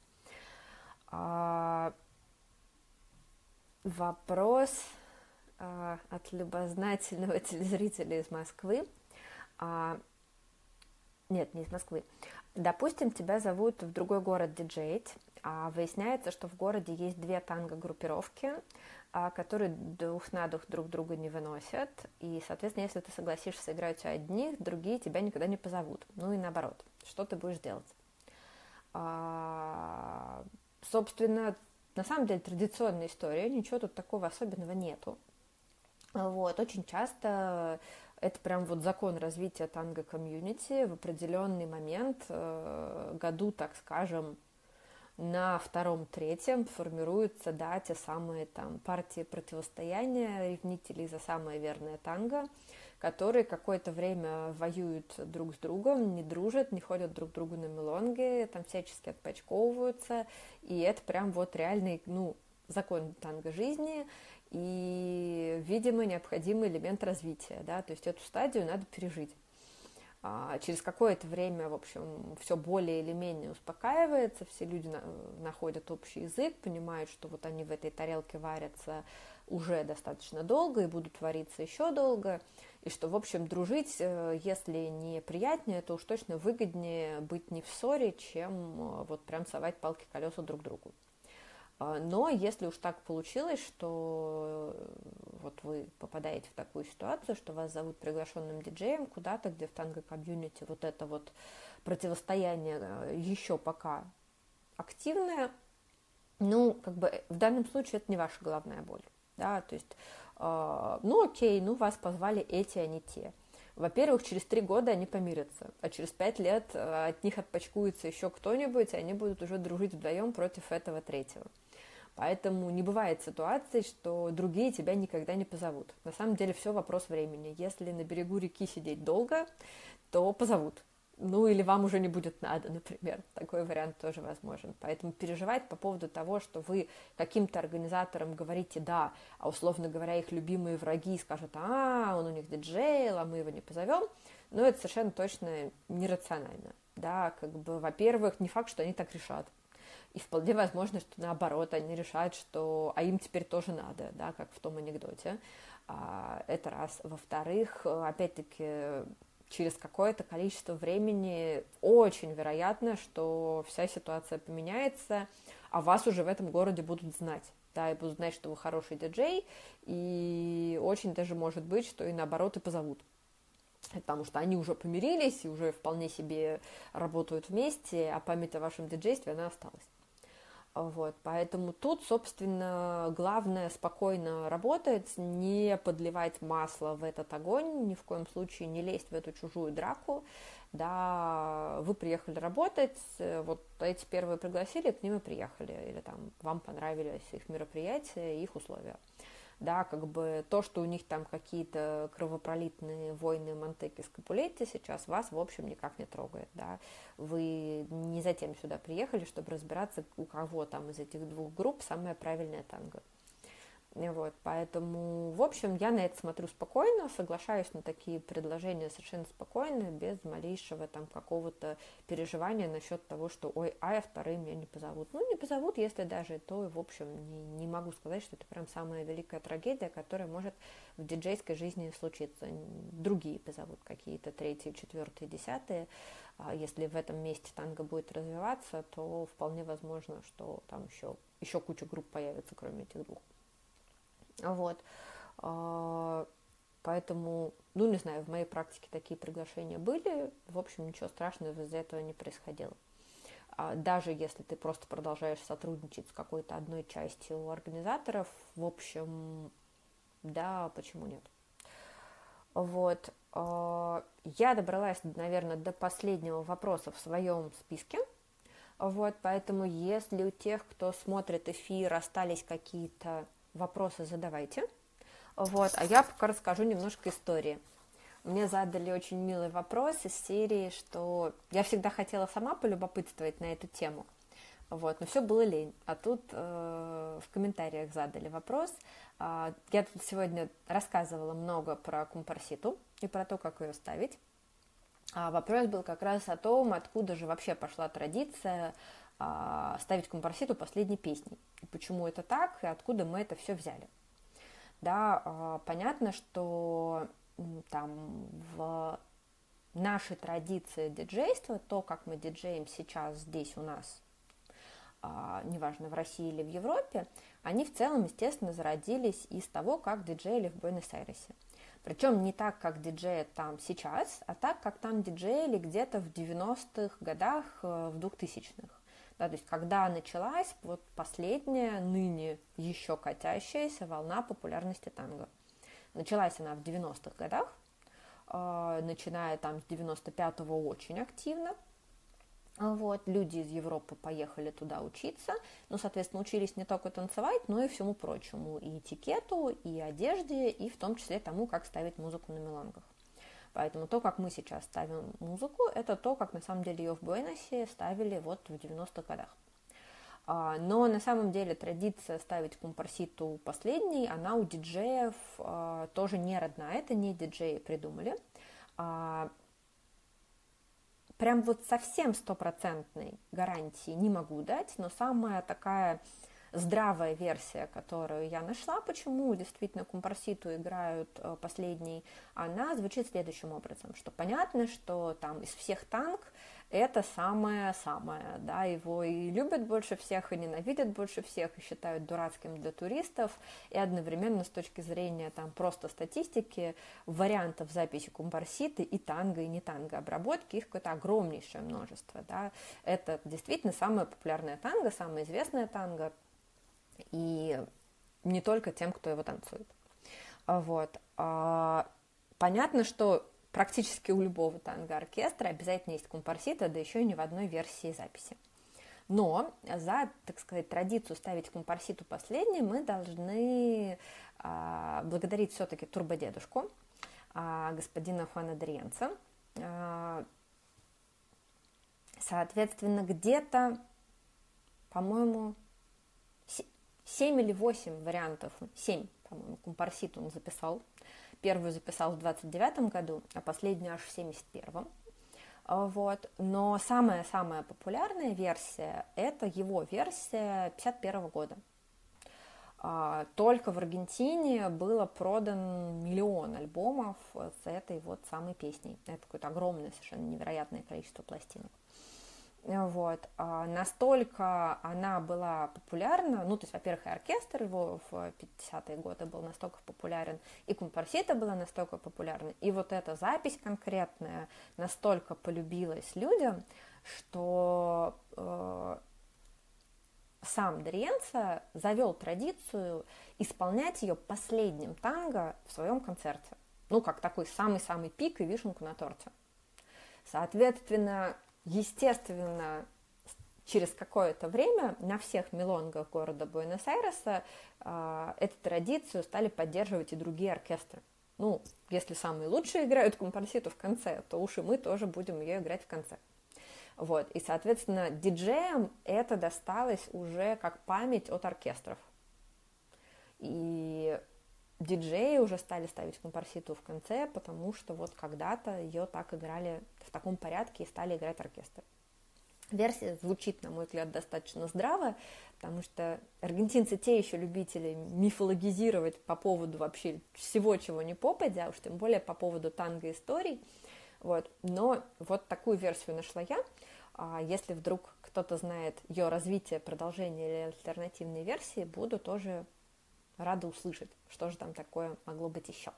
А, вопрос а, от любознательного телезрителя из Москвы. А, нет, не из Москвы. Допустим, тебя зовут в другой город диджеить, а выясняется, что в городе есть две танго-группировки, которые друг на друг друг друга не выносят, и, соответственно, если ты согласишься играть у одних, другие тебя никогда не позовут, ну и наоборот, что ты будешь делать? А, собственно, на самом деле традиционная история, ничего тут такого особенного нету, вот, очень часто это прям вот закон развития танго-комьюнити в определенный момент, э, году, так скажем, на втором-третьем формируются, да, те самые там партии противостояния ревнителей за самое верное танго, которые какое-то время воюют друг с другом, не дружат, не ходят друг к другу на мелонги, там всячески отпочковываются, и это прям вот реальный, ну, закон танго жизни и, видимо, необходимый элемент развития, да, то есть эту стадию надо пережить. Через какое-то время, в общем, все более или менее успокаивается, все люди на- находят общий язык, понимают, что вот они в этой тарелке варятся уже достаточно долго и будут вариться еще долго, и что, в общем, дружить, если не приятнее, то уж точно выгоднее быть не в ссоре, чем вот прям совать палки в колеса друг другу. Но если уж так получилось, что вот вы попадаете в такую ситуацию, что вас зовут приглашенным диджеем куда-то, где в танго-комьюнити вот это вот противостояние еще пока активное, ну, как бы в данном случае это не ваша головная боль, да, то есть, э, ну, окей, ну, вас позвали эти, а не те. Во-первых, через три года они помирятся, а через пять лет от них отпочкуется еще кто-нибудь, и они будут уже дружить вдвоем против этого третьего. Поэтому не бывает ситуации, что другие тебя никогда не позовут. На самом деле все вопрос времени. Если на берегу реки сидеть долго, то позовут. Ну или вам уже не будет надо, например. Такой вариант тоже возможен. Поэтому переживать по поводу того, что вы каким-то организаторам говорите «да», а условно говоря, их любимые враги скажут «а, он у них диджей, а мы его не позовем», ну это совершенно точно нерационально. Да, как бы, во-первых, не факт, что они так решат. И вполне возможно, что наоборот, они решают, что а им теперь тоже надо, да, как в том анекдоте. А, это раз. Во-вторых, опять-таки, через какое-то количество времени очень вероятно, что вся ситуация поменяется, а вас уже в этом городе будут знать. Да, и будут знать, что вы хороший диджей, и очень даже может быть, что и наоборот и позовут. Потому что они уже помирились и уже вполне себе работают вместе, а память о вашем диджействе, она осталась. Вот, поэтому тут, собственно, главное спокойно работать, не подливать масло в этот огонь, ни в коем случае не лезть в эту чужую драку. Да, вы приехали работать, вот эти первые пригласили, к ним и приехали, или там вам понравились их мероприятия, их условия. Да, как бы то, что у них там какие-то кровопролитные войны Монтеки с Капулетти сейчас вас, в общем, никак не трогает, да. Вы не затем сюда приехали, чтобы разбираться, у кого там из этих двух групп самая правильная танго. Вот, поэтому, в общем, я на это смотрю спокойно, соглашаюсь на такие предложения совершенно спокойно, без малейшего там какого-то переживания насчет того, что ой, а вторые меня не позовут. Ну, не позовут, если даже то, в общем, не, не могу сказать, что это прям самая великая трагедия, которая может в диджейской жизни случиться. Другие позовут, какие-то третьи, четвертые, десятые. А если в этом месте танго будет развиваться, то вполне возможно, что там еще, еще куча групп появится, кроме этих двух. Вот, поэтому, ну, не знаю, в моей практике такие приглашения были, в общем, ничего страшного из-за этого не происходило. Даже если ты просто продолжаешь сотрудничать с какой-то одной частью организаторов, в общем, да, почему нет? Вот, я добралась, наверное, до последнего вопроса в своем списке. Вот, поэтому если у тех, кто смотрит эфир, остались какие-то вопросы, задавайте. Вот, а я пока расскажу немножко истории. Мне задали очень милый вопрос из серии, что я всегда хотела сама полюбопытствовать на эту тему, вот, но все было лень. А тут э, в комментариях задали вопрос. Э, я тут сегодня рассказывала много про компарситу и про то, как ее ставить. А вопрос был как раз о том, откуда же вообще пошла традиция а, ставить компарситу последней песней. И почему это так, и откуда мы это все взяли. Да, а, понятно, что там в нашей традиции диджейства, то, как мы диджеем сейчас здесь у нас, а, неважно, в России или в Европе, они в целом, естественно, зародились из того, как диджеяли в Буэнос-Айресе. Причем не так, как диджеят там сейчас, а так, как там диджеяли где-то в девяностых годах, в двухтысячных. Да, то есть, когда началась вот последняя, ныне еще катящаяся волна популярности танго. Началась она в девяностых годах, начиная там с девяносто пятого очень активно. Вот, люди из Европы поехали туда учиться, ну, соответственно, учились не только танцевать, но и всему прочему, и этикету, и одежде, и в том числе тому, как ставить музыку на мелонгах. Поэтому то, как мы сейчас ставим музыку, это то, как на самом деле ее в Буэносе ставили вот в девяностых годах. Но на самом деле традиция ставить компарситу последней, она у диджеев тоже не родная, это не диджеи придумали. Прям вот совсем стопроцентной гарантии не могу дать, но самая такая здравая версия, которую я нашла, почему действительно компарситу играют последней, она звучит следующим образом, что понятно, что там из всех танг это самое-самое, да, его и любят больше всех, и ненавидят больше всех, и считают дурацким для туристов, и одновременно с точки зрения там просто статистики, вариантов записи компарситы и танго, и не танго обработки, их какое-то огромнейшее множество, да, это действительно самая популярная танго, самая известная танго, и не только тем, кто его танцует. Вот. Понятно, что практически у любого танго-оркестра обязательно есть компарсита, да еще и не в одной версии записи. Но за, так сказать, традицию ставить компарситу последней мы должны а, благодарить все-таки турбодедушку, а, господина Хуана Дриенца. А, соответственно, где-то, по-моему, семь или восемь вариантов, семь, по-моему, компарсит он записал. Первую записал в двадцать девятом году, а последнюю аж в семьдесят первом. Вот. Но самая-самая популярная версия – это его версия пятьдесят первого года. Только в Аргентине было продан миллион альбомов с этой вот самой песней. Это какое-то огромное, совершенно невероятное количество пластинок. Вот. А настолько она была популярна, ну, то есть, во-первых, и оркестр его в пятидесятые годы был настолько популярен, и компарсита была настолько популярна, и вот эта запись конкретная настолько полюбилась людям, что э, сам Дриенца завел традицию исполнять ее последним танго в своем концерте. Ну, как такой самый-самый пик и вишенку на торте. Соответственно, естественно, через какое-то время на всех мелонгах города Буэнос-Айреса э, эту традицию стали поддерживать и другие оркестры. Ну, если самые лучшие играют компарситу в конце, то уж и мы тоже будем ее играть в конце. Вот. И, соответственно, диджеям это досталось уже как память от оркестров. И диджеи уже стали ставить компарситу в конце, потому что вот когда-то ее так играли в таком порядке и стали играть оркестры. Версия звучит, на мой взгляд, достаточно здраво, потому что аргентинцы те еще любители мифологизировать по поводу вообще всего, чего не попадя, а уж тем более по поводу танго-историй. Вот. Но вот такую версию нашла я. А если вдруг кто-то знает ее развитие, продолжение или альтернативные версии, буду тоже рада услышать, что же там такое могло быть еще.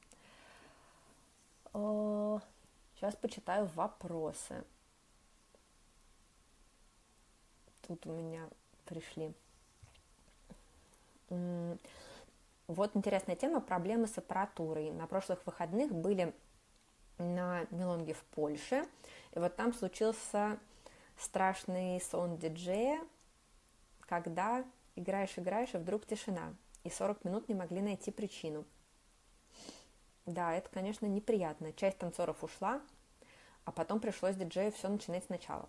Сейчас почитаю вопросы. Тут у меня пришли. Вот интересная тема, проблемы с аппаратурой. На прошлых выходных были на мелонге в Польше, и вот там случился страшный сон диджея, когда играешь-играешь, и вдруг тишина, и сорок минут не могли найти причину. Да, это, конечно, неприятно. Часть танцоров ушла, а потом пришлось диджею все начинать сначала.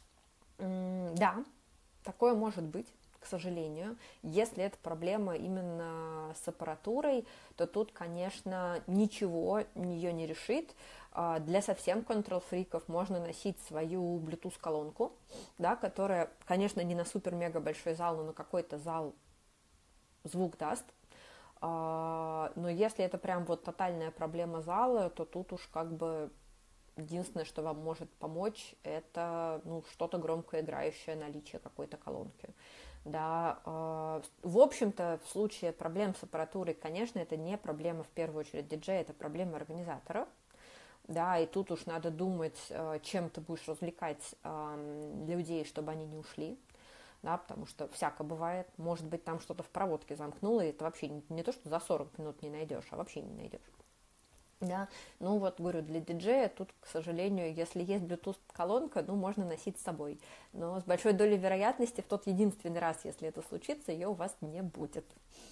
Да, такое может быть, к сожалению. Если это проблема именно с аппаратурой, то тут, конечно, ничего ее не решит. Для совсем контрол-фриков можно носить свою Bluetooth-колонку, да, которая, конечно, не на супер-мега большой зал, но на какой-то зал звук даст. Но если это прям вот тотальная проблема зала, то тут уж как бы единственное, что вам может помочь, это ну, что-то громко играющее, наличие какой-то колонки. Да, э, в общем-то, в случае проблем с аппаратурой, конечно, это не проблема в первую очередь диджея, это проблема организатора. Да, и тут уж надо думать, э, чем ты будешь развлекать э, людей, чтобы они не ушли. Да, потому что всяко бывает. Может быть, там что-то в проводке замкнуло, и это вообще не, не то, что за сорок минут не найдешь, а вообще не найдешь. Да, ну вот, говорю, для диджея тут, к сожалению, если есть Bluetooth-колонка, ну, можно носить с собой. Но с большой долей вероятности в тот единственный раз, если это случится, ее у вас не будет.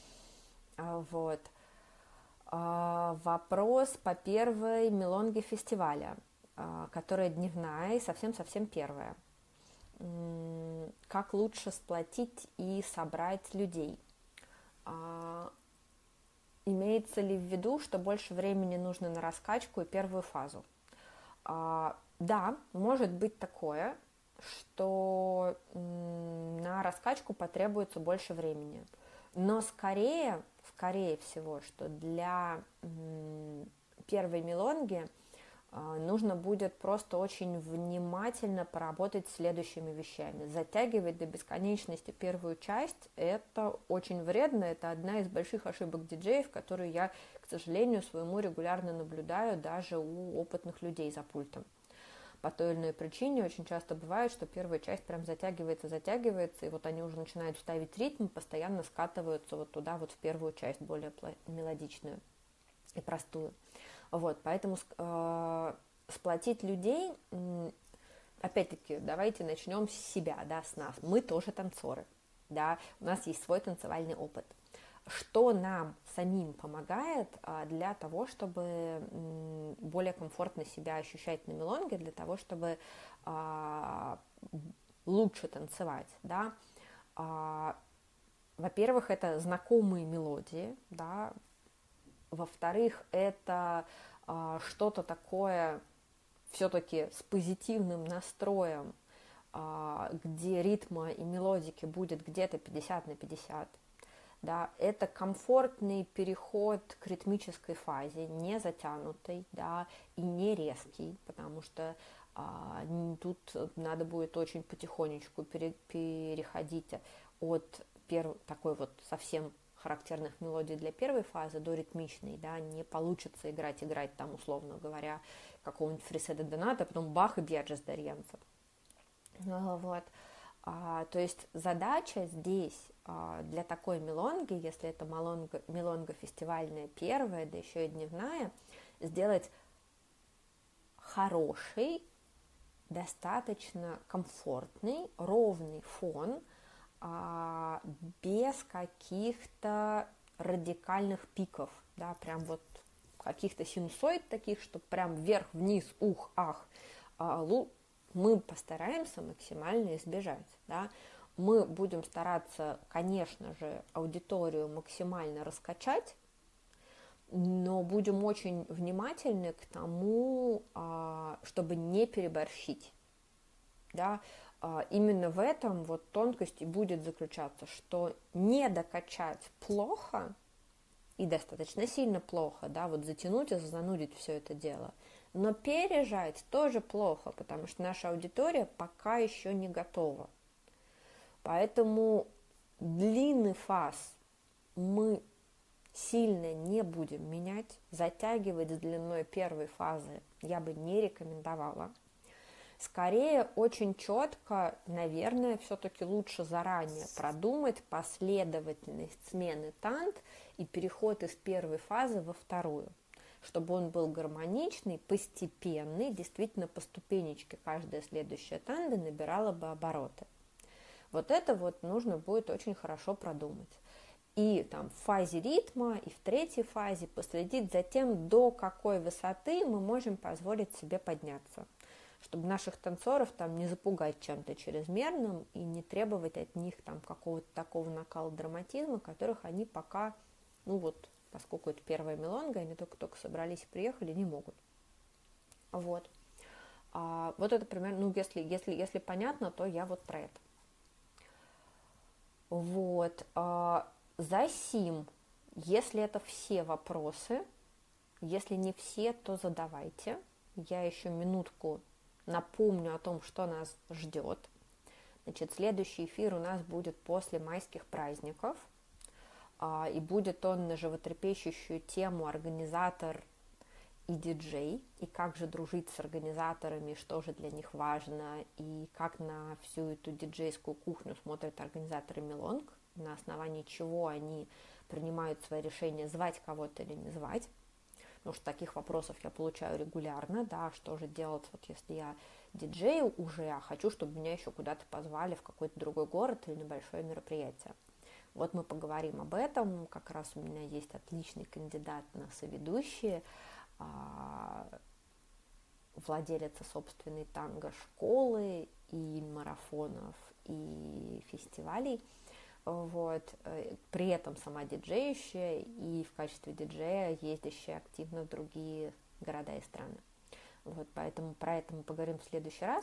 А, вот. А, вопрос по первой мелонге фестиваля, а, которая дневная и совсем-совсем первая. М-м, как лучше сплотить и собрать людей? А, Имеется ли в виду, что больше времени нужно на раскачку и первую фазу? А, да, может быть такое, что м, на раскачку потребуется больше времени. Но скорее, скорее всего, что для м, первой мелонги нужно будет просто очень внимательно поработать с следующими вещами. Затягивать до бесконечности первую часть – это очень вредно, это одна из больших ошибок диджеев, которую я, к сожалению, своему регулярно наблюдаю даже у опытных людей за пультом. По той или иной причине очень часто бывает, что первая часть прям затягивается, затягивается, и вот они уже начинают ставить ритм, постоянно скатываются вот туда, вот в первую часть, более мелодичную и простую. Вот, поэтому э, сплотить людей, э, опять-таки, давайте начнем с себя, да, с нас. Мы тоже танцоры, да, у нас есть свой танцевальный опыт. Что нам самим помогает э, для того, чтобы э, более комфортно себя ощущать на мелонге, для того, чтобы э, лучше танцевать, да? Э, во-первых, это знакомые мелодии, да. Во-вторых, это а, что-то такое все-таки с позитивным настроем, а, где ритма и мелодики будет где-то пятьдесят на пятьдесят. Да, это комфортный переход к ритмической фазе, не затянутый, да, и не резкий, потому что а, тут надо будет очень потихонечку пере, переходить от первой такой вот совсем характерных мелодий для первой фазы до ритмичной, да, не получится играть, играть там, условно говоря, какого-нибудь Фриседа Доната, а потом бах и Бьяджес Дарьенца. Вот. А, то есть задача здесь а, для такой мелонги, если это мелонга, мелонга фестивальная первая, да еще и дневная, сделать хороший, достаточно комфортный, ровный фон, без каких-то радикальных пиков, да, прям вот каких-то синусоид таких, что прям вверх-вниз, ух, ах, мы постараемся максимально избежать, да. Мы будем стараться, конечно же, аудиторию максимально раскачать, но будем очень внимательны к тому, чтобы не переборщить. Да? Именно в этом вот тонкость и будет заключаться, что не докачать плохо и достаточно сильно плохо, да, вот затянуть и занудить все это дело, но пережать тоже плохо, потому что наша аудитория пока еще не готова. Поэтому длинный фаз мы сильно не будем менять, затягивать с длиной первой фазы я бы не рекомендовала. Скорее, очень четко, наверное, все-таки лучше заранее продумать последовательность смены тант и переход из первой фазы во вторую, чтобы он был гармоничный, постепенный, действительно по ступенечке каждая следующая танга набирала бы обороты. Вот это вот нужно будет очень хорошо продумать. И там в фазе ритма, и в третьей фазе последить за тем, до какой высоты мы можем позволить себе подняться, чтобы наших танцоров там не запугать чем-то чрезмерным и не требовать от них там какого-то такого накала драматизма, которых они пока, ну вот, поскольку это первая мелонга, они только-только собрались и приехали, не могут. Вот. А, вот это примерно, ну, если, если, если понятно, то я вот про это. Вот. А, засим, если это все вопросы, если не все, то задавайте. Я еще минутку напомню о том, что нас ждет. Значит, следующий эфир у нас будет после майских праздников, и будет он на животрепещущую тему «Организатор и диджей», и как же дружить с организаторами, что же для них важно, и как на всю эту диджейскую кухню смотрят организаторы мелонг, на основании чего они принимают свои решения, звать кого-то или не звать. Потому что таких вопросов я получаю регулярно, да, что же делать, вот если я диджею уже, а хочу, чтобы меня еще куда-то позвали в какой-то другой город или небольшое мероприятие. Вот мы поговорим об этом, как раз у меня есть отличный кандидат на соведущие, владелица собственной танго-школы и марафонов, и фестивалей. Вот. При этом сама диджеющая и в качестве диджея ездящая активно в другие города и страны. Вот, поэтому про это мы поговорим в следующий раз.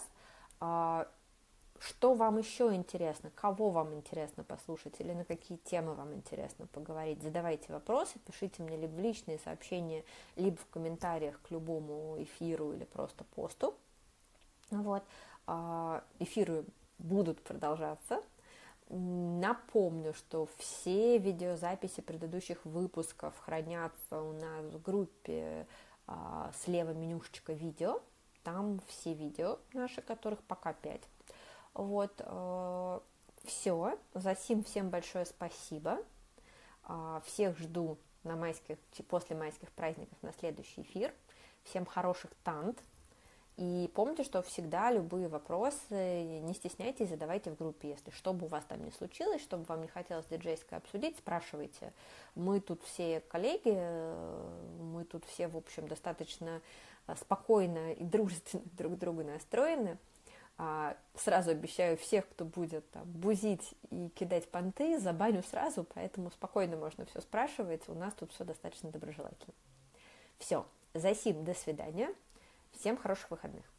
Что вам еще интересно, кого вам интересно послушать или на какие темы вам интересно поговорить, задавайте вопросы, пишите мне либо в личные сообщения, либо в комментариях к любому эфиру или просто посту. Вот. Эфиры будут продолжаться. Напомню, что все видеозаписи предыдущих выпусков хранятся у нас в группе а, слева менюшечка видео. Там все видео наши, которых пока пять. Вот, э, все. Засим всем большое спасибо. А, всех жду на майских, после майских праздников на следующий эфир. Всем хороших тант. И помните, что всегда любые вопросы не стесняйтесь, задавайте в группе. Если что бы у вас там не случилось, что бы вам не хотелось диджейское обсудить, спрашивайте. Мы тут все коллеги, мы тут все, в общем, достаточно спокойно и дружественно друг к другу настроены. Сразу обещаю, всех, кто будет там бузить и кидать понты, забаню сразу, поэтому спокойно можно все спрашивать. У нас тут все достаточно доброжелательно. Все, засим, до свидания. Всем хороших выходных.